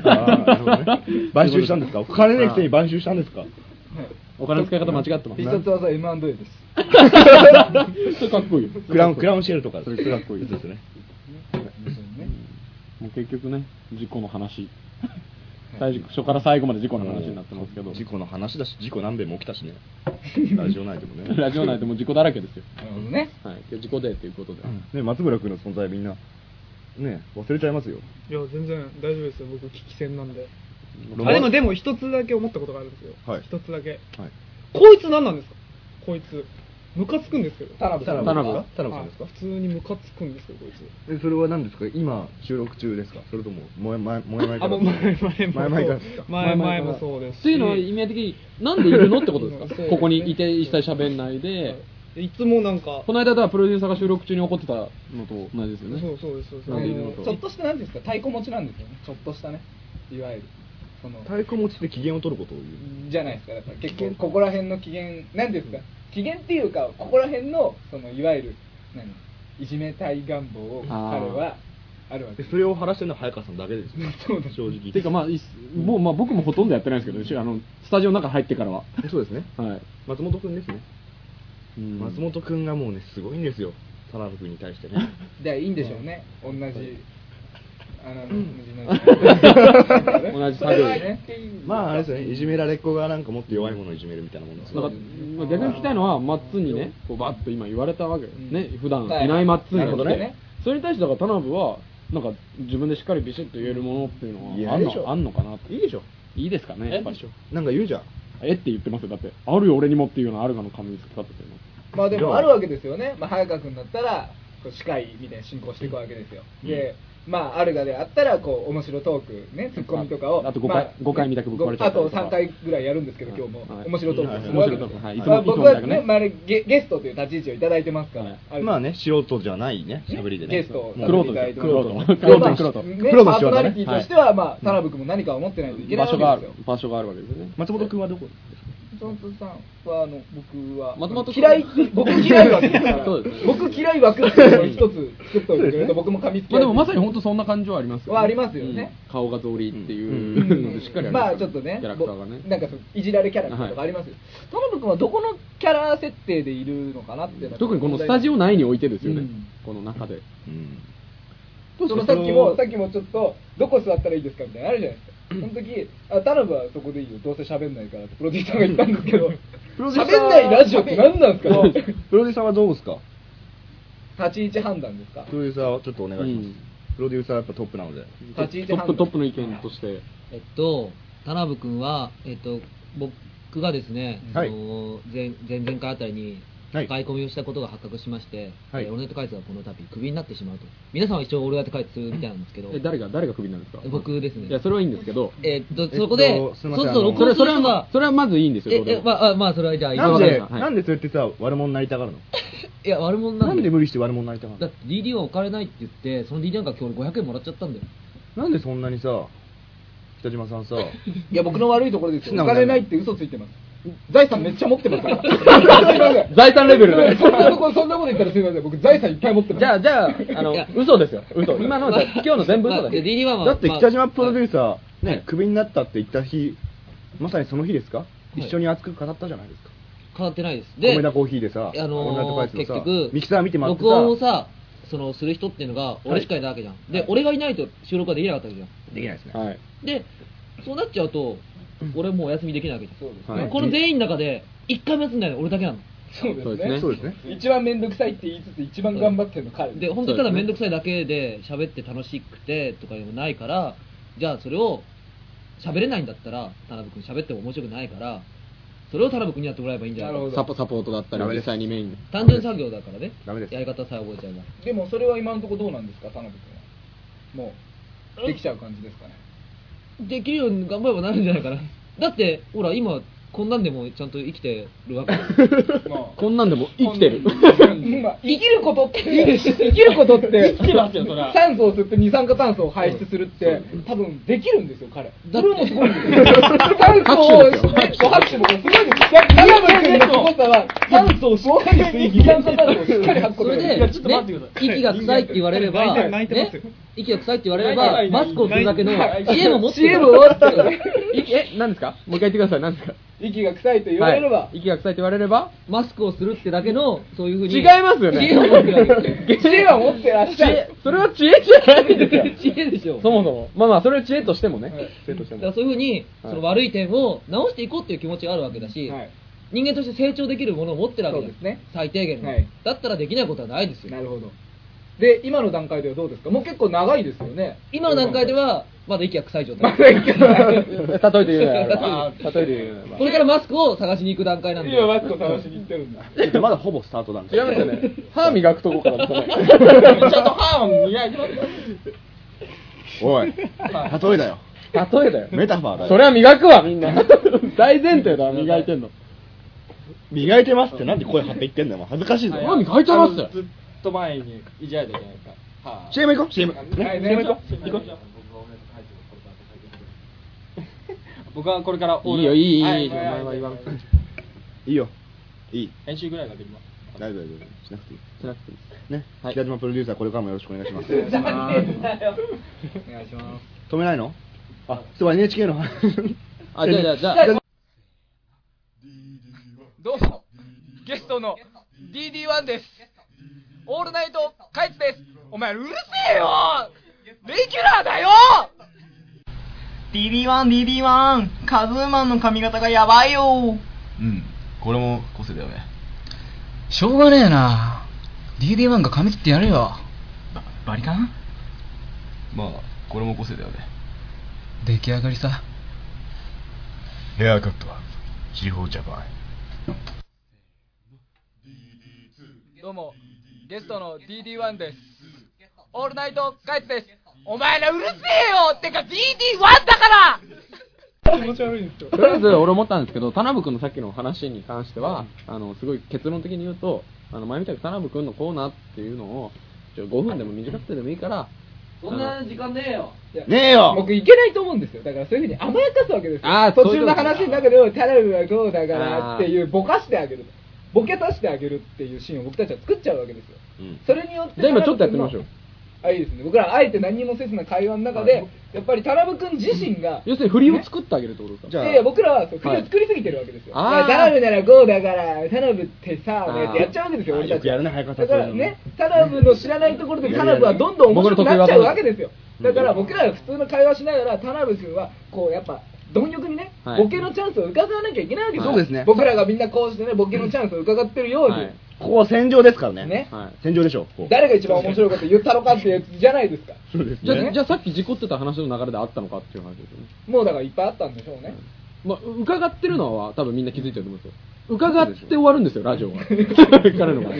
[SPEAKER 1] 買収したんですか。お金ないくせに買収したんですか。
[SPEAKER 3] お金の使い方間違ってます。
[SPEAKER 2] 必殺技 M&A です。
[SPEAKER 3] それかっこいいよ。
[SPEAKER 1] クラウンシェルとか
[SPEAKER 3] それかっこいい
[SPEAKER 1] ですね。
[SPEAKER 3] もう結局ね、事故の話。初から最後まで事故の話になってますけど。
[SPEAKER 1] 事故の話だし、事故何べんも起きたしね。ラジオ内でもね。
[SPEAKER 3] ラジオ内でも事故だらけですよ。
[SPEAKER 2] なるほどね。
[SPEAKER 3] はい。今日事故デーということで。
[SPEAKER 1] ね、松村君の存在みんなね忘れちゃいますよ。
[SPEAKER 4] いや全然大丈夫ですよ。僕危機戦なんで。でも一つだけ思ったことがあるんですよ。
[SPEAKER 1] はい。
[SPEAKER 4] 一つだけ。
[SPEAKER 1] はい。
[SPEAKER 4] こいつ何なんですか。こいつ。ムカつくんですけど。
[SPEAKER 2] 田辺さん
[SPEAKER 1] ですか。
[SPEAKER 4] 普通にムカつくんですけどこいつ。
[SPEAKER 1] それは何ですか。今収録中ですか。それとも前々から。
[SPEAKER 4] 前もそうです。
[SPEAKER 3] っていうのは意味的になんでいるのってことですか。ここにいて一切喋んないで。
[SPEAKER 4] いつもなんか
[SPEAKER 3] この間だプロデューサーが収録中に怒ってたのと同じですよね。
[SPEAKER 4] そうです。
[SPEAKER 2] ちょっとしたなんですか、太鼓持ちなんですよね。ちょっとしたね、いわゆるその
[SPEAKER 1] 太鼓持ちで機嫌を取ることを言
[SPEAKER 2] うじゃないですか。だから結構ここら辺の機嫌なんですか、機嫌っていうかここら辺のそのいわゆるいじめたい願望を彼はあるわけ
[SPEAKER 1] で。それを晴らしてるのは早川さんだけですよ。
[SPEAKER 2] そうだ
[SPEAKER 1] 正直。
[SPEAKER 3] ていうかもう僕もほとんどやってないですけど、スタジオの中入ってからは。
[SPEAKER 1] そうですね。
[SPEAKER 3] はい。
[SPEAKER 1] 松本くんですね。松本くんがもうねすごいんですよ。田辺くんに対してね。
[SPEAKER 2] でいいんでしょうね。同じ
[SPEAKER 3] 同じ作業
[SPEAKER 2] ね。
[SPEAKER 1] まああれですね。いじめられっ子がなんかもっと弱いものをいじめるみたいなもんです。
[SPEAKER 3] だから逆に聞きたいのはマッツンにね、こうバッと今言われたわけね。普段いないマッツンがね。それに対してだから田辺はなんか自分でしっかりビシッと言えるものっていうのはあんのかなと。
[SPEAKER 1] いいでしょ。
[SPEAKER 3] いいですかね。やっぱり
[SPEAKER 1] なんか言うじゃん。
[SPEAKER 3] って言ってますよ。だってあるよ俺にもっていうのはあるがの紙に使ってて。
[SPEAKER 2] まあでもあるわけですよね。まあ早川君だったらこう司会みたいな進行していくわけですよ。でまあ、アルガであったらこう面白トークねツッコミとかを
[SPEAKER 3] あと5回見たくぶっ壊れちゃ
[SPEAKER 2] あと
[SPEAKER 3] ったりとか
[SPEAKER 2] 3回ぐらいやるんですけど、今日も面白トークする
[SPEAKER 3] 面
[SPEAKER 2] わけです
[SPEAKER 3] 白トークはい
[SPEAKER 2] まあ僕はね、
[SPEAKER 3] いつも
[SPEAKER 2] ゲストという立ち位置をいただいてますから、
[SPEAKER 1] まあね、素人じゃないね、喋りでね。
[SPEAKER 2] ゲストを
[SPEAKER 3] クロートですよクロート
[SPEAKER 2] まあ
[SPEAKER 3] クロートクロート
[SPEAKER 2] ね
[SPEAKER 1] クロート
[SPEAKER 2] パーソナリティとしては、
[SPEAKER 3] はい
[SPEAKER 2] まあ田辺君も何かを持ってないといけない
[SPEAKER 3] 場所がある
[SPEAKER 2] わけですよ。
[SPEAKER 3] 場所があるわけですよね。
[SPEAKER 1] 松本君はどこ
[SPEAKER 2] 松本さんは僕は
[SPEAKER 3] 松本君
[SPEAKER 2] 嫌いって僕嫌い枠ですから
[SPEAKER 3] そうですね
[SPEAKER 2] 僕嫌い枠っていうのを一つ作っておいてくれると僕も噛みつき
[SPEAKER 3] まあでもまさに本当そんな感じはありますよね。
[SPEAKER 2] はありますよね
[SPEAKER 3] 顔が草履っていうのでしっかりあります
[SPEAKER 2] まあちょっとね
[SPEAKER 3] キャラクターがね。
[SPEAKER 2] なんかそういじられキャラクターとかありますよ、田辺君はどこのキャラ設定でいるのかなっていうのは
[SPEAKER 3] 特にこのスタジオ内においてですよね
[SPEAKER 2] うん。
[SPEAKER 3] この中で。
[SPEAKER 2] そのさっきもちょっとどこ座ったらいいですかみたいなのあるじゃないですか。その時田辺はそこでいいよどうせ喋んないからってプロデューサーが言ったんですけど喋んないラジオって何なんですか
[SPEAKER 1] プロデューサーはどうですか？
[SPEAKER 2] 立ち位置判断ですか？
[SPEAKER 1] プロデューサーはちょっとお願いします。プロデューサーはやっぱトップなので。
[SPEAKER 2] 立ち位置判断
[SPEAKER 3] トップの意見として。
[SPEAKER 5] 田辺君は、僕がですね、
[SPEAKER 1] はい
[SPEAKER 5] 前々回あたりに
[SPEAKER 1] はい
[SPEAKER 5] 買い込みをしたことが発覚しまして、
[SPEAKER 1] はい
[SPEAKER 5] オールナイトカイツはこの度クビになってしまうと。皆さんは一応オールナイトカイツするみたいなんですけど、
[SPEAKER 3] 誰がクビなんですか？
[SPEAKER 5] 僕ですね。
[SPEAKER 3] いやそれはいいんですけど。
[SPEAKER 5] そこで、
[SPEAKER 1] すいません
[SPEAKER 5] 録音するのが、
[SPEAKER 3] それはまずいいんですよ。どうでも
[SPEAKER 5] まあそれはじゃあいい
[SPEAKER 1] なんで、
[SPEAKER 3] はい
[SPEAKER 1] なんでそうやってさ、悪者になりたがるの？
[SPEAKER 5] いや悪者な
[SPEAKER 1] なん
[SPEAKER 5] んで。
[SPEAKER 1] で無理して悪者になりたがるの？
[SPEAKER 5] だって DD はお金ないって言って、その DD なんか今日俺500円もらっちゃったんだよ。
[SPEAKER 1] なんでそんなにさ、北島さんさ、
[SPEAKER 2] いや僕の悪いところですよ。お
[SPEAKER 1] 素直だね
[SPEAKER 2] 金ないって嘘ついてます。財産めっちゃ持ってますから。すいません。
[SPEAKER 3] 財産レベルで。
[SPEAKER 2] そんなこと言ったらすみません。僕財産いっぱい持ってます。
[SPEAKER 3] じゃあ嘘ですよ。嘘。今の今日の全部嘘
[SPEAKER 5] まあ
[SPEAKER 3] です。
[SPEAKER 5] DD は
[SPEAKER 1] だって北島プロデューサー、ね
[SPEAKER 5] はい、
[SPEAKER 1] クビになったって言った日、まさにその日ですか？
[SPEAKER 5] い
[SPEAKER 1] 一緒に熱く語ったじゃないですか。
[SPEAKER 5] 変わってないです。
[SPEAKER 1] 米田コーヒーでさ、
[SPEAKER 5] 結
[SPEAKER 1] オンライトパイスのさ
[SPEAKER 5] 局
[SPEAKER 1] ミキサー見てもらって
[SPEAKER 5] 録音を
[SPEAKER 1] さ、
[SPEAKER 5] さする人っていうのが俺しかいないわけじゃん、で俺がいないと収録ができなかったわけじゃん。
[SPEAKER 1] できないですね。
[SPEAKER 3] はい。
[SPEAKER 5] でそうなっちゃうと俺もうお休みできないわけじゃん。
[SPEAKER 2] そうです
[SPEAKER 3] はい
[SPEAKER 5] この全員の中で1回も休んないの俺だけなの
[SPEAKER 2] そうですね。
[SPEAKER 3] そうですね
[SPEAKER 1] そうですね。
[SPEAKER 2] 一番めんどくさいって言いつつ一番頑張ってるの彼
[SPEAKER 5] で本当にただ面倒くさいだけで喋って楽しくてとかでもないから、じゃあそれを喋れないんだったら田辺君喋っても面白くないから、それを田辺君にやってもらえばいいんじゃないか
[SPEAKER 2] なるほど
[SPEAKER 3] サポートだったり実際にメインで。
[SPEAKER 5] 単純作業だからね。
[SPEAKER 1] ダメです
[SPEAKER 5] やり方さえ覚えちゃえば。
[SPEAKER 2] でもそれは今のところどうなんですか田辺君は。もうできちゃう感じですかね。
[SPEAKER 5] できるように頑張ればなるんじゃないかな。だってほら今こんなんでもちゃんと生きてるわけ
[SPEAKER 2] まあ
[SPEAKER 3] こんなんでも生きてる。
[SPEAKER 2] まあ生きることって
[SPEAKER 3] 生きてますよそれは
[SPEAKER 2] 酸素を吸って二酸化炭素を排出するって多分できるんですよ彼。
[SPEAKER 5] だって
[SPEAKER 2] それもすごいんですよ。酸素を
[SPEAKER 3] 拍手ですよ
[SPEAKER 2] 拍手もすごいです。田辺君のすごさは酸素をしっかり吸い二酸化炭素をしっかり吐くこと
[SPEAKER 5] それで、
[SPEAKER 2] ができる。
[SPEAKER 5] ね、息が臭いって言われれば、ね、息が臭いって言われれば、マスクをするだけの知恵も持ってる。
[SPEAKER 2] 知恵も持ってる。
[SPEAKER 3] 何ですか？もう一回言ってください。何ですか？
[SPEAKER 2] 息が臭いと言われれば、
[SPEAKER 3] はい息が臭いと言われれば
[SPEAKER 5] マスクをするってだけの、そういうふうに。
[SPEAKER 3] 違いますよね。
[SPEAKER 5] 知恵を持ってるわけ。
[SPEAKER 2] 知恵は持ってらっしゃる。
[SPEAKER 3] それは知恵じゃないんですよ。
[SPEAKER 5] 知恵でしょ。
[SPEAKER 3] そもそも。まあまあ、それは知恵としてもね。
[SPEAKER 2] はい
[SPEAKER 3] 知恵としても
[SPEAKER 5] だから。そういうふうに、その悪い点を直していこうっていう気持ちがあるわけだし、
[SPEAKER 2] はい
[SPEAKER 5] 人間として成長できるものを持ってるわけ
[SPEAKER 2] そうですね
[SPEAKER 5] 最低限の、
[SPEAKER 2] はい
[SPEAKER 5] だったらできないことはないですよ。
[SPEAKER 2] なるほど。で、今の段階ではどうですか？もう結構長いですよね。
[SPEAKER 5] 今の段階では、まだ息が臭い状態。
[SPEAKER 2] まだ息が
[SPEAKER 3] 例えて言うならば。例えて言うならば。
[SPEAKER 5] これからマスクを探しに行く段階なんで。
[SPEAKER 2] 今マスクを探しに行ってるんだ。
[SPEAKER 1] まだほぼスタートなんで
[SPEAKER 3] 違いますよね。歯磨くとこからですね。
[SPEAKER 2] ちゃんと歯を磨いてますよ。
[SPEAKER 1] おい、例えだよ。
[SPEAKER 3] 例えだよ。
[SPEAKER 1] メタファーだよ。
[SPEAKER 3] それは磨くわ、みんな。大前提だ、磨いてんの。
[SPEAKER 1] 磨いてますってなんで声張って言ってんだよ。もう恥ずかしいぞ。
[SPEAKER 3] 歯磨いてますよ。
[SPEAKER 2] ずっと前にいじられたじゃないですか。は
[SPEAKER 1] CM 行こう CM。
[SPEAKER 2] はい
[SPEAKER 1] ね、
[SPEAKER 2] ね
[SPEAKER 1] CM 行こう。行こう。
[SPEAKER 4] 僕はこれから
[SPEAKER 3] いいよ、いい、いい。
[SPEAKER 2] はい
[SPEAKER 3] お前は言わん。
[SPEAKER 1] いいよ。いい。
[SPEAKER 4] 編集ぐらいができます。
[SPEAKER 1] 大丈夫大丈夫。しなくていい。
[SPEAKER 3] しなくていい
[SPEAKER 1] ね、
[SPEAKER 3] はい
[SPEAKER 1] 北島プロデューサーこれからもよろしくお願いします。
[SPEAKER 2] お願いします。
[SPEAKER 1] 止めないの？あ、そう NHK の。
[SPEAKER 3] あ、じゃあ。
[SPEAKER 2] どうも、ゲストの DD1 です。オールナイトカイツです。お前うるせえよ。レギュラーだよ。
[SPEAKER 8] DD1 カズーマンの髪型がやばいよ。
[SPEAKER 9] うん、これも個性だよね。
[SPEAKER 8] しょうがねえな。DD1 が髪切ってやるよ。バリカン？
[SPEAKER 9] まあこれも個性だよね。
[SPEAKER 8] 出来上がりさ。
[SPEAKER 7] ヘアカットは地方ジャパン。
[SPEAKER 2] どうもゲストの DD1 です。オールナイトカイツです。お前らうるせえよってか DD1 だから気持ち悪いんですよ。
[SPEAKER 3] とりあえず俺思ったんですけど、田辺君のさっきの話に関しては、すごい結論的に言うと、前みたいに田辺君のコーナーっていうのを5分でも短くてでもいいから、
[SPEAKER 5] そんな時間ねえよ。
[SPEAKER 1] ねえよ。
[SPEAKER 2] 僕いけないと思うんですよ。だからそういうふうに甘やかすわけですよ。途中の話の中でもタラブはこうだからっていうぼかしてあげる、ボケさせてあげるっていうシーンを僕たちは作っちゃうわけですよ。それによって
[SPEAKER 3] じゃあ今ちょっとやってみましょう。
[SPEAKER 2] いいですね。僕らあえて何もせずな会話の中で、やっぱり田辺君自身が
[SPEAKER 3] 要するに振りを作ってあげるってことですか。
[SPEAKER 2] じゃあいや僕らは振りを作りすぎてるわけですよ。田辺ならこうだから田辺ってさねってやっちゃうわけですよ。俺たちやるね、早かった。だからね、田辺の知らないところで田辺はどんどん面白くなっちゃうわけですよ。だから僕らは普通の会話しながら田辺君はこうやっぱ貪欲にね、ボケのチャンスを伺わなきゃいけないわけですよ。そうですね。僕らがみんなこうしてね、ボケのチャンスを伺ってるように。
[SPEAKER 1] ここは戦場ですからね。戦場でしょ。
[SPEAKER 2] 誰が一番面白いこと言ったのかっていうやつじゃないですか。
[SPEAKER 3] そうですね。じゃあさっき事故ってた話の流れであったのかっていう話ですよね。
[SPEAKER 2] もうだからいっぱいあったんでしょうね。
[SPEAKER 3] まあ伺ってるのは多分みんな気づいてると思うんですよ。伺って終わるんですよ、ラジオは。彼の場合。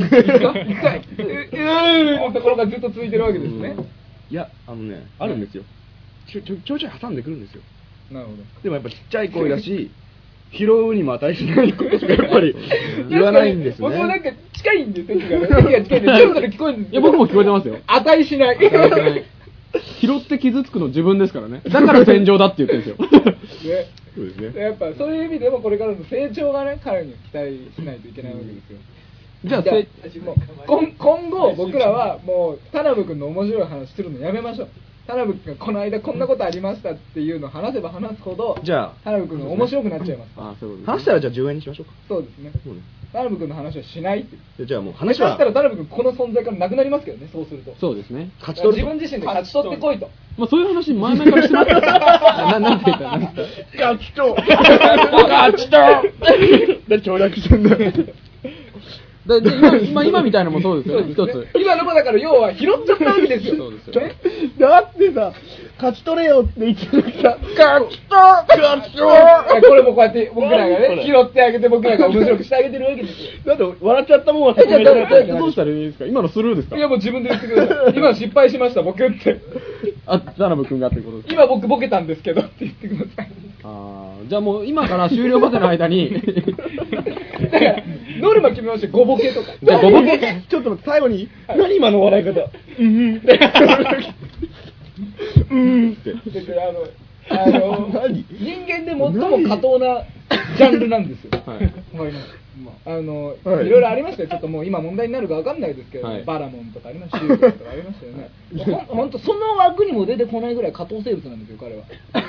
[SPEAKER 2] のところがずっと続いてるわけですね。
[SPEAKER 1] いや、あるんですよ。ちょいちょい挟んでくるんですよ。
[SPEAKER 2] なるほど。
[SPEAKER 1] でもやっぱちっちゃい声だし、拾うにも値しないことしかやっぱり言わないんですね。
[SPEAKER 2] 僕もなんか近いんですよ、席が近いんで、ちょっと聞こえるんです。
[SPEAKER 3] いや、僕も聞こえてますよ。
[SPEAKER 2] 値しない。
[SPEAKER 3] 拾って傷つくの自分ですからね。だから戦場だって言ってるんですよ。
[SPEAKER 1] そうですね。
[SPEAKER 2] やっぱそういう意味でもこれからの成長がね、彼に期待しないといけないわけですよ。
[SPEAKER 3] じゃあ
[SPEAKER 2] 今後僕らはもう田辺君の面白い話するのやめましょう。田辺君がこの間こんなことありましたっていうのを話せば話すほど、
[SPEAKER 1] じゃあ
[SPEAKER 2] 田辺君が面白くなっちゃいます。
[SPEAKER 1] 話したらじゃあ10円にしましょうか。
[SPEAKER 2] そうですね。田辺君の話はしないって。
[SPEAKER 1] じゃあもう話は。
[SPEAKER 2] したら田辺君この存在からなくなりますけどね、そうすると。
[SPEAKER 3] そうですね。
[SPEAKER 2] 自分自身で勝ち取ってこいと。
[SPEAKER 3] まあそういう話前々からしてなかった。なんて言ったの？
[SPEAKER 1] 勝ち取。勝ち取。で協力してんだ。
[SPEAKER 3] 今みたいなのもそうですよね、一つ。
[SPEAKER 2] 今のもだから要は拾っちゃったわけですよ。
[SPEAKER 3] そうですよ。
[SPEAKER 1] だってさ、勝ち取れよって言ってるさ、勝ち取
[SPEAKER 2] これもこうやって僕らがね、拾ってあげて僕らが面白くしてあげてるわけですよ。
[SPEAKER 1] だって笑っちゃったもんは
[SPEAKER 3] どうしたらいいですか？今のスルーですか？
[SPEAKER 2] いやもう自分で言ってください。今失敗しました僕って。
[SPEAKER 3] 田辺君がってことですか？
[SPEAKER 2] 今僕ボケたんですけどって言ってください。
[SPEAKER 3] じゃあもう今から終了までの間に
[SPEAKER 2] だからノルマ決めましょう。5ボケとか。
[SPEAKER 3] じゃあ5ボケ
[SPEAKER 1] ちょっと待って、最後に何今の笑い方。って
[SPEAKER 2] 人間で最も過当なジャンルなんですよ。いろいろありましたよ。ちょっともう今問題になるかわかんないですけど、バラモンとかありましたし、とかありましたよね。本当その枠にも出てこないぐらい下等生物なんですよ、彼は。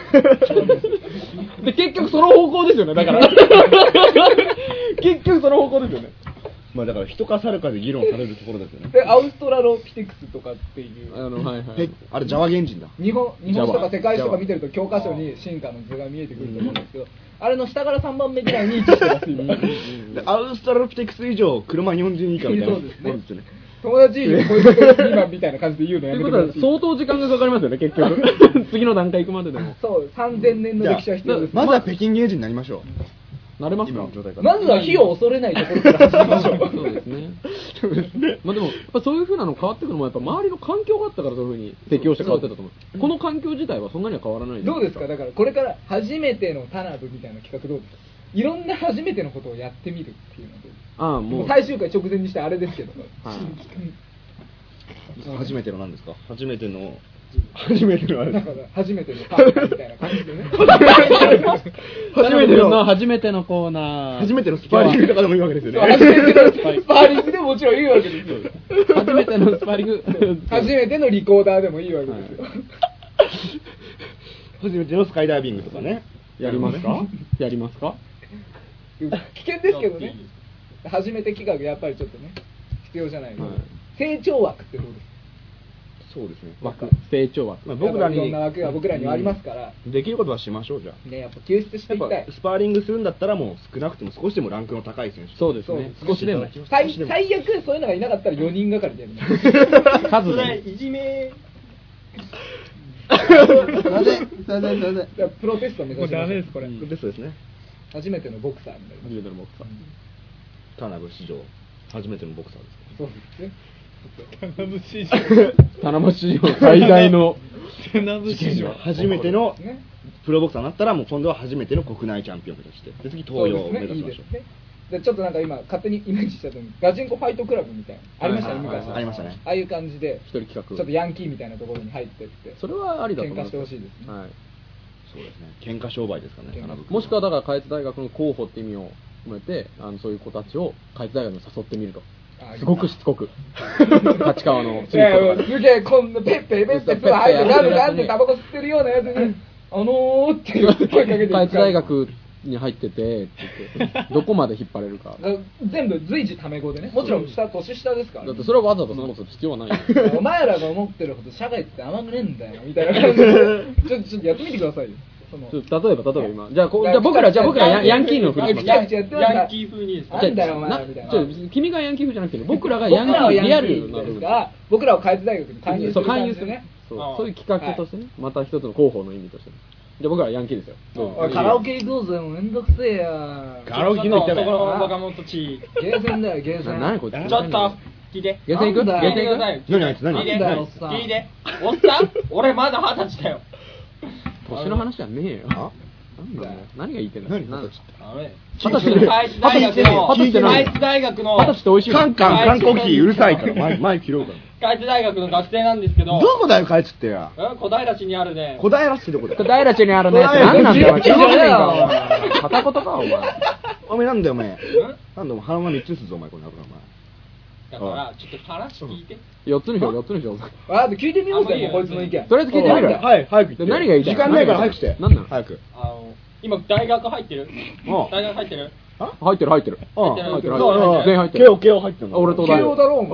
[SPEAKER 3] で結局その方向ですよね。だから結局その方向ですよね。
[SPEAKER 1] まあだから人か猿かで議論されるところですよね。
[SPEAKER 2] でアウストラロピテクスとかっていう
[SPEAKER 1] あれジャワ原人だ。
[SPEAKER 2] 日本史とか世界史とか見てると教科書に進化の図が見えてくると思うんですけど、あれの下から3番目ぐらいに位置してます今。
[SPEAKER 1] アウストラロピテクス以上車日本人以下みたいな。
[SPEAKER 2] そうですね。友達にこういうこと今みたいな感じで言うのやめてください。
[SPEAKER 3] 相当時間がかかりますよね結局。次の段階行くまででも。
[SPEAKER 2] そう3000年の歴史は必要です。
[SPEAKER 1] まずは北京原人になりましょう。
[SPEAKER 3] なれますか？
[SPEAKER 2] まずは火を恐れないところから始めましょう。
[SPEAKER 3] そうですね。まあでもやっぱそういう風なの変わってくるのもやっぱ周りの環境があったからそういう風に適応して変わってたと思う。この環境自体はそんなには変わらない。
[SPEAKER 2] どうですか？だからこれから初めての田辺みたいな企画どうですか？いろんな初めてのことをやってみるっていうので。もう最終回直前にしてあれですけど。
[SPEAKER 1] 初めての何ですか？初めてのあれ
[SPEAKER 2] 初めてのパーティーみたいな感じでね。
[SPEAKER 3] 初めてのコーナー。
[SPEAKER 1] 初めてのスパーリングとかでもいいわけですよね。
[SPEAKER 2] 初めてのスパーリングでももちろんいいわけですよ。
[SPEAKER 3] 初めてのスパーリング。
[SPEAKER 2] 初めてのリコーダーでもいいわけですよ。
[SPEAKER 1] 初めてのスカイダイビングとかね。
[SPEAKER 3] やりますか？やりますか？
[SPEAKER 2] 危険ですけどね。初めて企画やっぱりちょっとね必要じゃないの。成長枠ってどうですか？
[SPEAKER 1] そうですね。
[SPEAKER 3] 成長枠。
[SPEAKER 2] 僕らにいろんな枠が僕らにはありますから。
[SPEAKER 1] できることはしましょうじゃあ。
[SPEAKER 2] ねやっぱ救出していきたい。
[SPEAKER 1] スパーリングするんだったらもう少なくても少しでもランクの高い選手。
[SPEAKER 3] そうですね。少しでも。
[SPEAKER 2] 最悪そういうのがいなかったら4人がかりでやる。
[SPEAKER 3] 数で。
[SPEAKER 10] いじめ。
[SPEAKER 2] プロテスト目指して
[SPEAKER 4] ダメですこれ。
[SPEAKER 1] プロテストですね。
[SPEAKER 2] 初めてのボクサーみたいな。
[SPEAKER 3] 初めてのボクサー。
[SPEAKER 1] 田辺史上初めてのボクサーです
[SPEAKER 2] そうですね。
[SPEAKER 4] 田辺市場。
[SPEAKER 3] 田辺市場最大の
[SPEAKER 4] 田辺市場。
[SPEAKER 1] 初めての
[SPEAKER 2] ね
[SPEAKER 1] プロボクサーになったらもう今度は初めての国内チャンピオンを目指して、で次東洋を目指しましょう。
[SPEAKER 2] でちょっとなんか今勝手にイメージしちゃったのにガチンコファイトクラブみたいなありましたね昔。
[SPEAKER 1] ありましたね。
[SPEAKER 2] ああいう感じで
[SPEAKER 3] 一人企画
[SPEAKER 2] ちょっとヤンキーみたいなところに入ってって
[SPEAKER 3] それはありだと思います。
[SPEAKER 2] 喧嘩してほしいですね。
[SPEAKER 3] はい。
[SPEAKER 1] そうですね。喧嘩商売ですかね。田辺君
[SPEAKER 3] もしくはだから下越大学の候補って意味を込めてそういう子たちを下越大学に誘ってみると。すごくしつこく立川の
[SPEAKER 2] いやすげえこんなペッペペッペツアー入ってガンガンってタバコ吸ってるようなやつにって言って声かけて
[SPEAKER 3] 下越大学に入っててって言ってどこまで引っ張れるか
[SPEAKER 2] 全部随時タメ語でねもちろん年下ですから、ね、
[SPEAKER 3] だってそれはわざわざそんなことする必要はないよ
[SPEAKER 2] お前らが思ってるほど社会って甘くねえんだよみたいな感じでちょっとやってみてくださいよ
[SPEAKER 3] 例えば今じゃあ僕らヤンキーのふりします
[SPEAKER 4] ヤンキー風にですか
[SPEAKER 2] なんだよお前みたいな
[SPEAKER 3] 君がヤンキー風じゃなくて僕らがヤンキーリアルな部分
[SPEAKER 2] 僕らを下越大学に勧誘する
[SPEAKER 3] 勧誘するねそういう企画としてねまた一つの広報の意味としてじゃあ僕らヤンキーですよ
[SPEAKER 2] カラオケ行こうぜもうめんどくせえや
[SPEAKER 1] カラオケ行って
[SPEAKER 4] そこの若者たち
[SPEAKER 2] ゲーセンだよゲーセン
[SPEAKER 3] 何こいつ
[SPEAKER 4] ちょっと聞いて
[SPEAKER 3] ゲーセン行く
[SPEAKER 2] なんだよ
[SPEAKER 3] ゲーセン行く
[SPEAKER 1] 何あいつ何
[SPEAKER 4] 聞いて
[SPEAKER 2] なんだよおっさん
[SPEAKER 4] 聞いておっさん俺まだ20歳だよ
[SPEAKER 3] 年の話じゃねえよ何が言ってんだ
[SPEAKER 1] 何
[SPEAKER 3] 何
[SPEAKER 4] 下越大学の
[SPEAKER 3] 20歳って美味しい
[SPEAKER 1] カンコーヒーうるさいから前切ろうから
[SPEAKER 4] 下越大学の学生なんですけど
[SPEAKER 1] どこだよ、カイツってや。
[SPEAKER 4] 小平市にあるね
[SPEAKER 1] 小平市ってどこだよ。
[SPEAKER 3] 小平市にあるね。何なんだよ、お前。中国人か、お前。片言か、お前。
[SPEAKER 1] お前なんだよ、お前。なんだよ、鼻の3つすぞ、お前、これ、お前。
[SPEAKER 4] だからちょっと話聞いて。
[SPEAKER 3] 4つにしよう、4つにしよう。
[SPEAKER 2] あ、聞いてみようぜ、こいつの意見。
[SPEAKER 3] とりあえず聞いてみる。
[SPEAKER 1] はい、早く言って。
[SPEAKER 3] 何が言いたい？
[SPEAKER 1] 時間ないから早くして。
[SPEAKER 3] 何なの？
[SPEAKER 1] 早く。
[SPEAKER 4] 今大学入ってる？大学入ってる？
[SPEAKER 3] 入ってる。
[SPEAKER 4] 入ってる。
[SPEAKER 3] 全員入ってる。
[SPEAKER 1] 慶応入ってるの。
[SPEAKER 3] 俺東大。
[SPEAKER 2] 慶応だろ、お前。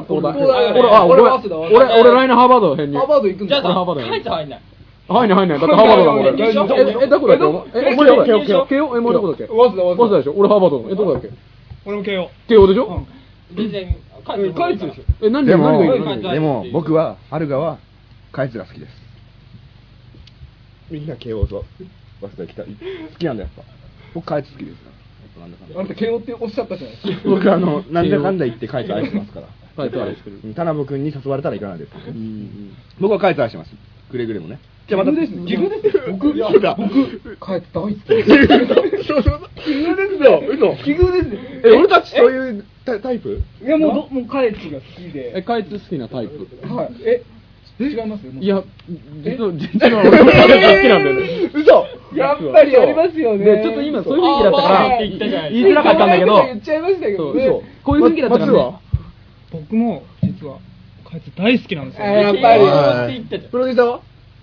[SPEAKER 3] 俺来年ハーバード編入。
[SPEAKER 2] ハーバード行くんだ。
[SPEAKER 4] じゃあ入って入んない。
[SPEAKER 3] 入んない。だってハーバードだもん俺。どこだっけ？お前慶応？もうどこだっけ？早稲田でしょ。俺ハーバード。どこだっけ？
[SPEAKER 4] 俺も慶応。
[SPEAKER 3] 慶応でしょ？
[SPEAKER 4] 全然
[SPEAKER 2] カイツでし
[SPEAKER 3] ょ。何がいい？
[SPEAKER 1] でも僕はアルガはカイツが好きです。みんな慶応と早稲田来た好きなんだやっぱ。僕カイツ好きです。
[SPEAKER 2] あなた慶応っておっしゃったじゃないですか。
[SPEAKER 1] 僕なんだかんだ言ってカイツ愛してますから。
[SPEAKER 3] カイツ愛してる。
[SPEAKER 1] 田辺君に誘われたら行かないです。僕はカイツ愛してます。くれぐれもね。
[SPEAKER 2] じゃあまた奇遇ですよ。僕カイツ大好き。
[SPEAKER 1] そう奇遇ですよ。嘘。
[SPEAKER 2] 奇遇です
[SPEAKER 1] よ。俺たちそういうタイプ？
[SPEAKER 2] いやもうカイツが好きで。
[SPEAKER 3] カイツ好きなタイプ。
[SPEAKER 2] はい。違いますよ。
[SPEAKER 3] いや実は俺もカイツ好きなんだよね。
[SPEAKER 2] 嘘。やっぱりありますよね。
[SPEAKER 3] でちょっと今そういう雰囲気だったから言いづらかったんだけど。
[SPEAKER 2] 言っちゃいましたけど。
[SPEAKER 3] こういう雰囲気だったからね。
[SPEAKER 4] 僕も実はカイツ大好きなんですよ。
[SPEAKER 2] やっぱり。
[SPEAKER 1] プロデューサーは？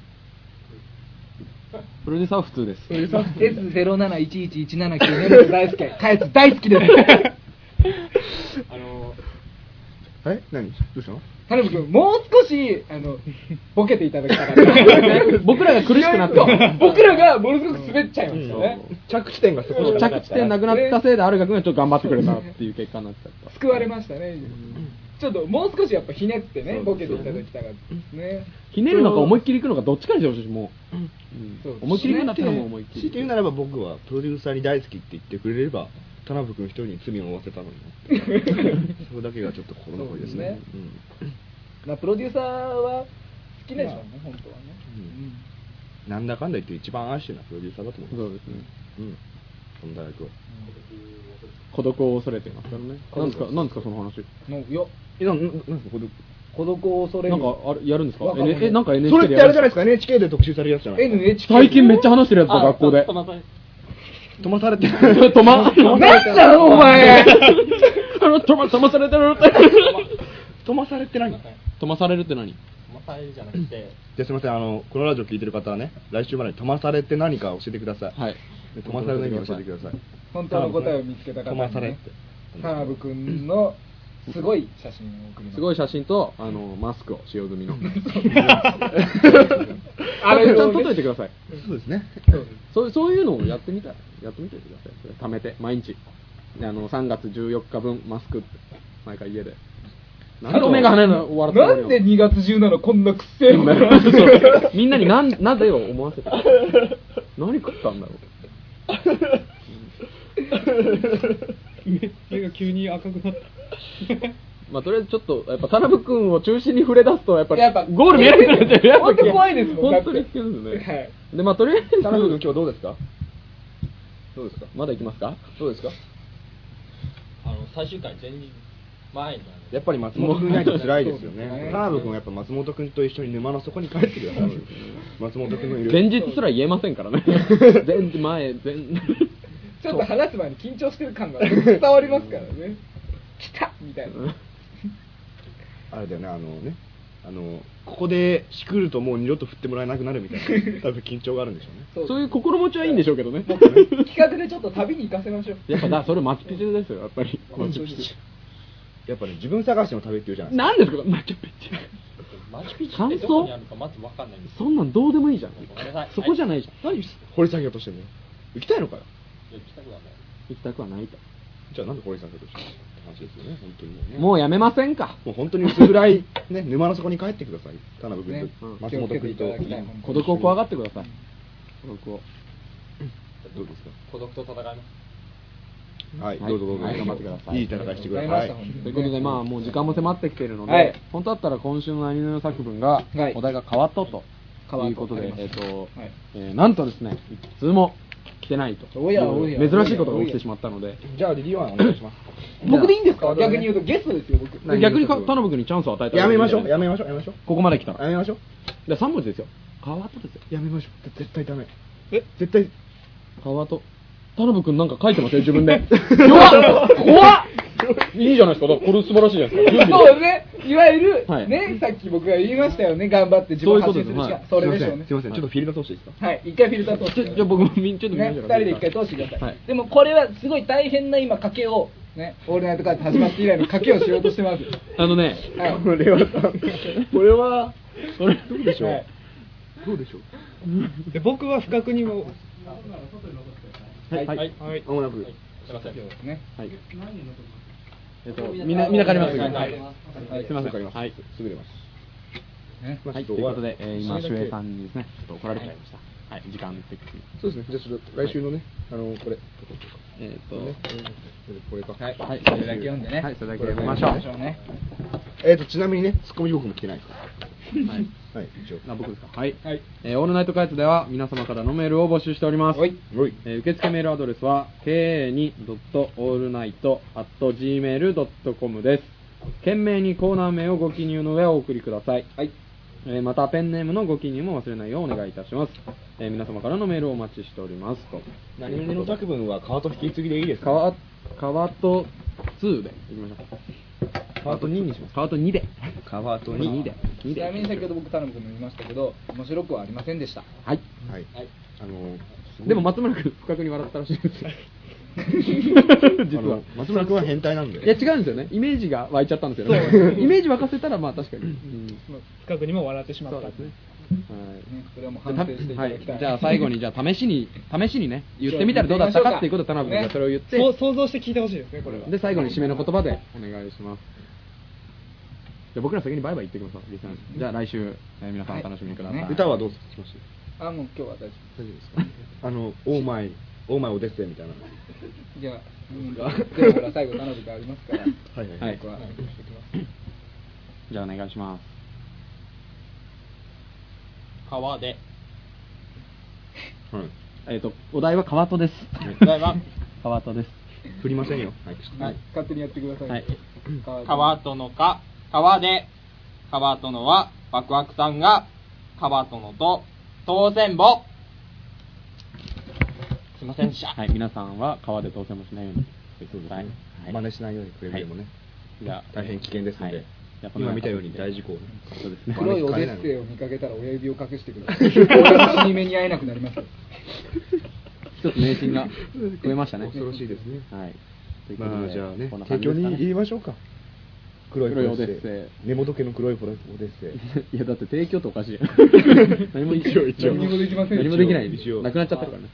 [SPEAKER 3] プロデューサーは普通です。
[SPEAKER 2] S071119 大好き。カイツ大好きです。
[SPEAKER 1] 何？どうしたの？
[SPEAKER 2] 田辺君、もう少しボケていただきたかった
[SPEAKER 3] 僕らが苦しくなって
[SPEAKER 2] 僕らがものすごく滑っちゃいましたね。
[SPEAKER 1] 着地点がそこしかなかった。
[SPEAKER 3] 着地点なくなったせいでアルガ君がちょっと頑張ってくれたっていう結果になっちゃった。
[SPEAKER 2] 救われましたね。ちょっともう少しやっぱひねってねボケていただきたかったですね。
[SPEAKER 3] ひねるのか思いっきりいくのかどっちかにしてほしい。もう思いっきりいくんだったらもう思いっきり。
[SPEAKER 1] 強いて言うならば僕はプロデューサーに大好きって言ってくれれば田辺君一人に罪を負わせたのにそれだけがちょっと心残りですね。
[SPEAKER 2] まあプロデューサーは好きでしょうね、本当はね。
[SPEAKER 1] なんだかんだ言って一番愛してるのはプロデューサーだと思う。
[SPEAKER 3] そうですね。
[SPEAKER 1] その大学は
[SPEAKER 3] 孤独を恐れてますからね。なんですかその話。
[SPEAKER 1] なんですか
[SPEAKER 2] 孤独を恐れる。
[SPEAKER 3] なんかあれやるんですか？なんか NHK で
[SPEAKER 1] それってあれじゃないですか、 NHK で特集されるやつじゃない。
[SPEAKER 3] 最近めっちゃ話してるやつだ、学校で。
[SPEAKER 1] 飛まされてる。
[SPEAKER 2] なんだろお前。
[SPEAKER 3] 飛まされてる。
[SPEAKER 1] 飛まされて何？
[SPEAKER 3] 飛まされるって何？
[SPEAKER 4] 飛まされるじゃなくて。
[SPEAKER 1] じゃあすみません、このラジオ聞いてる方はね、来週までに飛まされて何か教えてください。はい。飛まされの意味教えてください。
[SPEAKER 2] 本当の答えを見つけた方にね。飛まされって。田辺君のすごい写真を送ります。
[SPEAKER 3] すごい写真とマスクを使用済みの。
[SPEAKER 2] あれ
[SPEAKER 3] ちゃんと撮っといてください。
[SPEAKER 1] そうですね。
[SPEAKER 3] そういうのをやってみてください。貯めて毎日。3月14日分マスク毎回家で。なんでおめが跳ねるの笑ってるの？
[SPEAKER 2] なんで2月17こんなくっせえの？
[SPEAKER 3] みんなになんでよ思わせて。何食ったんだろう。
[SPEAKER 4] 目が急に赤くなった。
[SPEAKER 3] まあとりあえずちょっとやっぱ田辺君を中心に触れ出すとやっぱ
[SPEAKER 2] やっぱ
[SPEAKER 3] ゴール見えなくなっちゃう。やっぱ
[SPEAKER 2] 本当怖いですもん
[SPEAKER 3] 本当に危険ですね。
[SPEAKER 2] はい
[SPEAKER 3] でまあとりあえず
[SPEAKER 1] 田辺君今日どうですか？どうですか？
[SPEAKER 3] まだ行きますか？
[SPEAKER 1] どうですか？
[SPEAKER 10] 最終回前日前に
[SPEAKER 1] やっぱり松本君いないと辛いですよね。
[SPEAKER 2] そうですね
[SPEAKER 1] 田辺君はやっぱ松本君と一緒に沼の底に帰ってください。松本君のいる。
[SPEAKER 3] 前日すら言えませんからね。前。
[SPEAKER 2] ちょっと話す前に緊張してる感が伝わりますからね。来たみたいな。
[SPEAKER 1] あれだよね、ここでしくるともう二度と振ってもらえなくなるみたいな、多分緊張があるんでしょうね。
[SPEAKER 3] そういう心持ちはいいんでしょうけどね。
[SPEAKER 2] 企画でちょっと旅に行かせましょう。
[SPEAKER 3] やっぱそれマチュピチュですよやっぱり。マチュピチュ。
[SPEAKER 1] やっぱね、自分探しの旅っていうじゃないですか。
[SPEAKER 3] なんですかマチュピチュ。
[SPEAKER 10] マチュピチュってどこにあるかまず分かんないんですよ。
[SPEAKER 3] そんなんどうでもいいじゃん。
[SPEAKER 10] ごめんなさい
[SPEAKER 3] そこじゃないじゃん。
[SPEAKER 1] 何掘り下げようとしてんのよ。行きたいのかよ。
[SPEAKER 10] いや行きたくはない。
[SPEAKER 3] 行きたくはないと。
[SPEAKER 1] じゃあなんで掘り下げようとしてんのって話ですよね、本当にね。
[SPEAKER 3] もうやめませんか。
[SPEAKER 1] もう本当に薄暗い、ね、沼の底に帰ってください。田辺君
[SPEAKER 2] ね
[SPEAKER 1] と松本君と。
[SPEAKER 2] 気をつけていただきたい
[SPEAKER 3] 孤独を怖がってください。孤独を。
[SPEAKER 1] どうですか？
[SPEAKER 10] 孤独と戦います。
[SPEAKER 1] はい、どうぞどうぞ。
[SPEAKER 3] はい頑張ってください。
[SPEAKER 1] いい戦いしてください。
[SPEAKER 2] ありがとうございました
[SPEAKER 3] ということで、まあ、もう時間も迫ってきているので、
[SPEAKER 2] はい
[SPEAKER 3] 本当だったら今週の何々作文が、
[SPEAKER 2] はい
[SPEAKER 3] お題が変わったと
[SPEAKER 2] 変わった
[SPEAKER 3] いうことで、
[SPEAKER 2] あります
[SPEAKER 3] なんとですね、一通も来てないと。
[SPEAKER 2] おやおや
[SPEAKER 3] 珍しいことが起きてしまったので、
[SPEAKER 1] じゃあリリーワンお願いします。
[SPEAKER 2] 僕でいいんですか？逆に言うとゲストですよ、僕。
[SPEAKER 3] で逆に田辺君にチャンスを与えたら
[SPEAKER 1] やめましょう、や
[SPEAKER 3] め
[SPEAKER 1] めましょう、やめましょう。
[SPEAKER 3] ここまで来たら。
[SPEAKER 1] やめましょう。
[SPEAKER 3] で、3文字ですよ。変わったですよ。
[SPEAKER 1] やめましょう。絶対ダメ。絶対。
[SPEAKER 3] 変わった。田辺君なんか書いてますよ、自分で。弱っ怖っいいじゃないですか。だからこれ素晴らしいじゃないですか。
[SPEAKER 2] そうですね。いわゆる、
[SPEAKER 3] はい
[SPEAKER 2] ね、さっき僕が言いましたよね。頑張って自分を発信するしか。それでしょうね
[SPEAKER 1] すい。ません、ちょっとフィルター通していいですか？
[SPEAKER 2] はい、一回フィルター通して。
[SPEAKER 3] じゃあ僕もちょっと見
[SPEAKER 2] ね、
[SPEAKER 3] ましょうか
[SPEAKER 2] 二人で一回通してください。
[SPEAKER 3] はい
[SPEAKER 2] でもこれはすごい大変な今賭けを、ね、オールナイトカード始まって以来の賭けをしようとしてます。
[SPEAKER 3] あのね、
[SPEAKER 2] はい。
[SPEAKER 1] これはさ、これは、
[SPEAKER 3] それ
[SPEAKER 1] どうでしょう、
[SPEAKER 2] はい
[SPEAKER 1] どうでしょう。
[SPEAKER 4] で僕は不覚にも。
[SPEAKER 3] はい。はい。
[SPEAKER 4] はい。
[SPEAKER 1] まもなく。
[SPEAKER 10] すいません。
[SPEAKER 2] ね。
[SPEAKER 3] はい。みんな借ります。
[SPEAKER 10] はい
[SPEAKER 3] はい。すみません。
[SPEAKER 1] わかります。
[SPEAKER 3] はい。
[SPEAKER 1] すぐ出ます。
[SPEAKER 2] ね。
[SPEAKER 3] はい。ということで、今、守衛さんにですね、ちょっと怒られちゃいました。はい。時間的に。
[SPEAKER 1] そうですね。じゃあちょっと来週のね、これ。
[SPEAKER 3] ね
[SPEAKER 1] これか。
[SPEAKER 2] はい。
[SPEAKER 3] はい。
[SPEAKER 2] それだけ読んでね。
[SPEAKER 3] はい。それだけ読みましょう。
[SPEAKER 2] ね。
[SPEAKER 1] ちなみにね、ツッコミ僕も来てないです。
[SPEAKER 3] はい。
[SPEAKER 1] はい、一応。
[SPEAKER 3] 僕ですか。はい。
[SPEAKER 2] はい。
[SPEAKER 3] オールナイトカイツでは皆様からのメールを募集しております。
[SPEAKER 2] はい。
[SPEAKER 3] 受付メールアドレスは ka2.allnight@gmail.com です。懸命にコーナー名をご記入の上お送りください。
[SPEAKER 2] はい。
[SPEAKER 3] またペンネームのご記入も忘れないようお願いいたします。皆様からのメールをお待ちしておりますと。
[SPEAKER 1] 何々の作文は川と引き継ぎでいいですか？
[SPEAKER 3] 川と2でいきましょう。
[SPEAKER 1] 川と2にします。
[SPEAKER 3] 川と2で。
[SPEAKER 1] 川と
[SPEAKER 3] 2
[SPEAKER 1] 2
[SPEAKER 3] で。
[SPEAKER 2] ちなみに先ほど僕、田辺君も言いましたけど、面白くはありませんでした。
[SPEAKER 3] はい。
[SPEAKER 1] はい。
[SPEAKER 3] でも松村君、不覚に笑ったらしいですよ。実は。
[SPEAKER 1] 松村君は変態なんで。
[SPEAKER 3] いや違うんですよね。イメージが湧いちゃったんですよね。イメージ沸かせたらまあ確かに。
[SPEAKER 4] 不覚にも笑ってしまった。
[SPEAKER 3] そうですね。
[SPEAKER 2] ね、これはもう反省していただきたい。
[SPEAKER 3] じゃあ最後にじゃあ試しにね言ってみたらどうだったかっていうことを田辺君がそれを言って、
[SPEAKER 4] 想像して聞いてほしいですねこれは。
[SPEAKER 3] で最後に締めの言葉でお願いします。じゃあ僕ら先にバイバイ言ってきましょう。リスナーにじゃあ来週皆さんお楽しみにください。
[SPEAKER 1] 歌はどうしまし
[SPEAKER 2] もう今日は大丈夫。
[SPEAKER 1] 大丈夫ですか？オーマイオデッセイみたいな。
[SPEAKER 2] じゃあ、でもほら最後田辺がありますから。
[SPEAKER 1] はいはい。
[SPEAKER 2] 僕はしてきます。
[SPEAKER 3] じゃあお願いします。
[SPEAKER 10] 川で。
[SPEAKER 3] お題は川戸です。
[SPEAKER 10] お題は
[SPEAKER 3] 川戸です。
[SPEAKER 1] 振りませんよ。
[SPEAKER 2] はい、勝手にやってください。
[SPEAKER 3] はい。
[SPEAKER 10] 川殿か川で川殿はワクワクさんが川殿と当選簿。すいませんでした。
[SPEAKER 3] はい、皆さんは川で当選もしないようにしてください。
[SPEAKER 1] 真似しないようにくれぐれもね。
[SPEAKER 3] じゃあ
[SPEAKER 1] 大変危険ですので。
[SPEAKER 3] 今
[SPEAKER 1] 見たように大事故を。
[SPEAKER 3] そうですね。
[SPEAKER 2] 黒いオデッセイを見かけたら親指を隠してください。死に目に会えなくなりますよ。
[SPEAKER 3] 一つ名シーンが増えましたね。
[SPEAKER 1] 恐ろしいですね。
[SPEAKER 3] はい。
[SPEAKER 1] まあじゃあね、提供に言いましょうか。黒いオデッセイ。根元家の黒いオデッセイ。
[SPEAKER 3] いやだって提供っておかしい。何も
[SPEAKER 2] 一応何もできません。
[SPEAKER 3] 何もできない。なくなっちゃってるからね。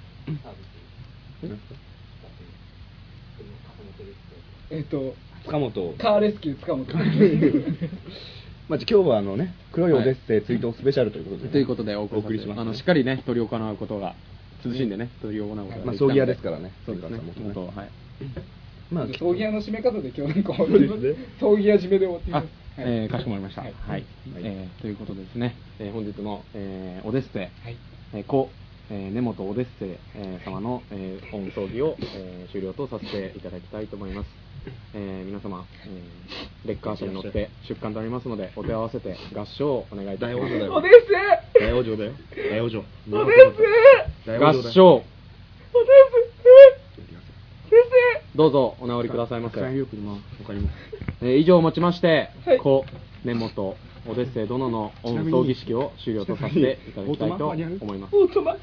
[SPEAKER 1] 塚本
[SPEAKER 2] カーレスキュー塚本
[SPEAKER 1] まあ、今日はね、黒いオデッセイ追悼スペシャルということで、
[SPEAKER 3] ということでお送りします。しっかりね、執り行うことが、涼しいんでね、執り行うことが。
[SPEAKER 1] まあ、葬儀屋ですからね。
[SPEAKER 3] そうですね。本当はい。
[SPEAKER 1] まあ
[SPEAKER 2] 葬儀屋の締め方で今日なんか
[SPEAKER 1] そうですね
[SPEAKER 2] 葬儀屋締めで終わっています。
[SPEAKER 3] かしこまりました。はい。ということでですね、本日の、オデッセイ、故、根本オデッセイ、様の、御葬儀を、終了とさせていただきたいと思います。皆様、レッカー車に乗って出棺となりますので、お手を合わせて合唱をお願いいたします。
[SPEAKER 2] おです
[SPEAKER 1] 大往生だよ。大往生。
[SPEAKER 2] おです
[SPEAKER 3] 合唱。
[SPEAKER 2] おです
[SPEAKER 3] どうぞお直りくださいませ。
[SPEAKER 1] よく今他にも
[SPEAKER 3] 以上をもちまして、故根本オデッセイ殿の御葬儀式を終了とさせていただきたいと思います。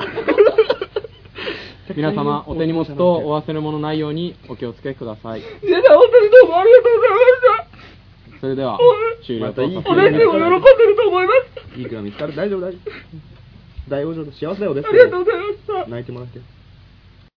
[SPEAKER 3] 皆様お手荷物とお忘れ物ないようにお気をつけください。
[SPEAKER 2] 皆さん本当にどうもありがとうございました。
[SPEAKER 3] それでは終了とさせていた
[SPEAKER 2] お
[SPEAKER 3] だきます。
[SPEAKER 2] ですも喜んでると思います。
[SPEAKER 1] いい子が見つかる。大丈夫大丈夫。大往生だ。幸せだよ、です。
[SPEAKER 2] ありがとうございました。
[SPEAKER 1] 泣いてもらって。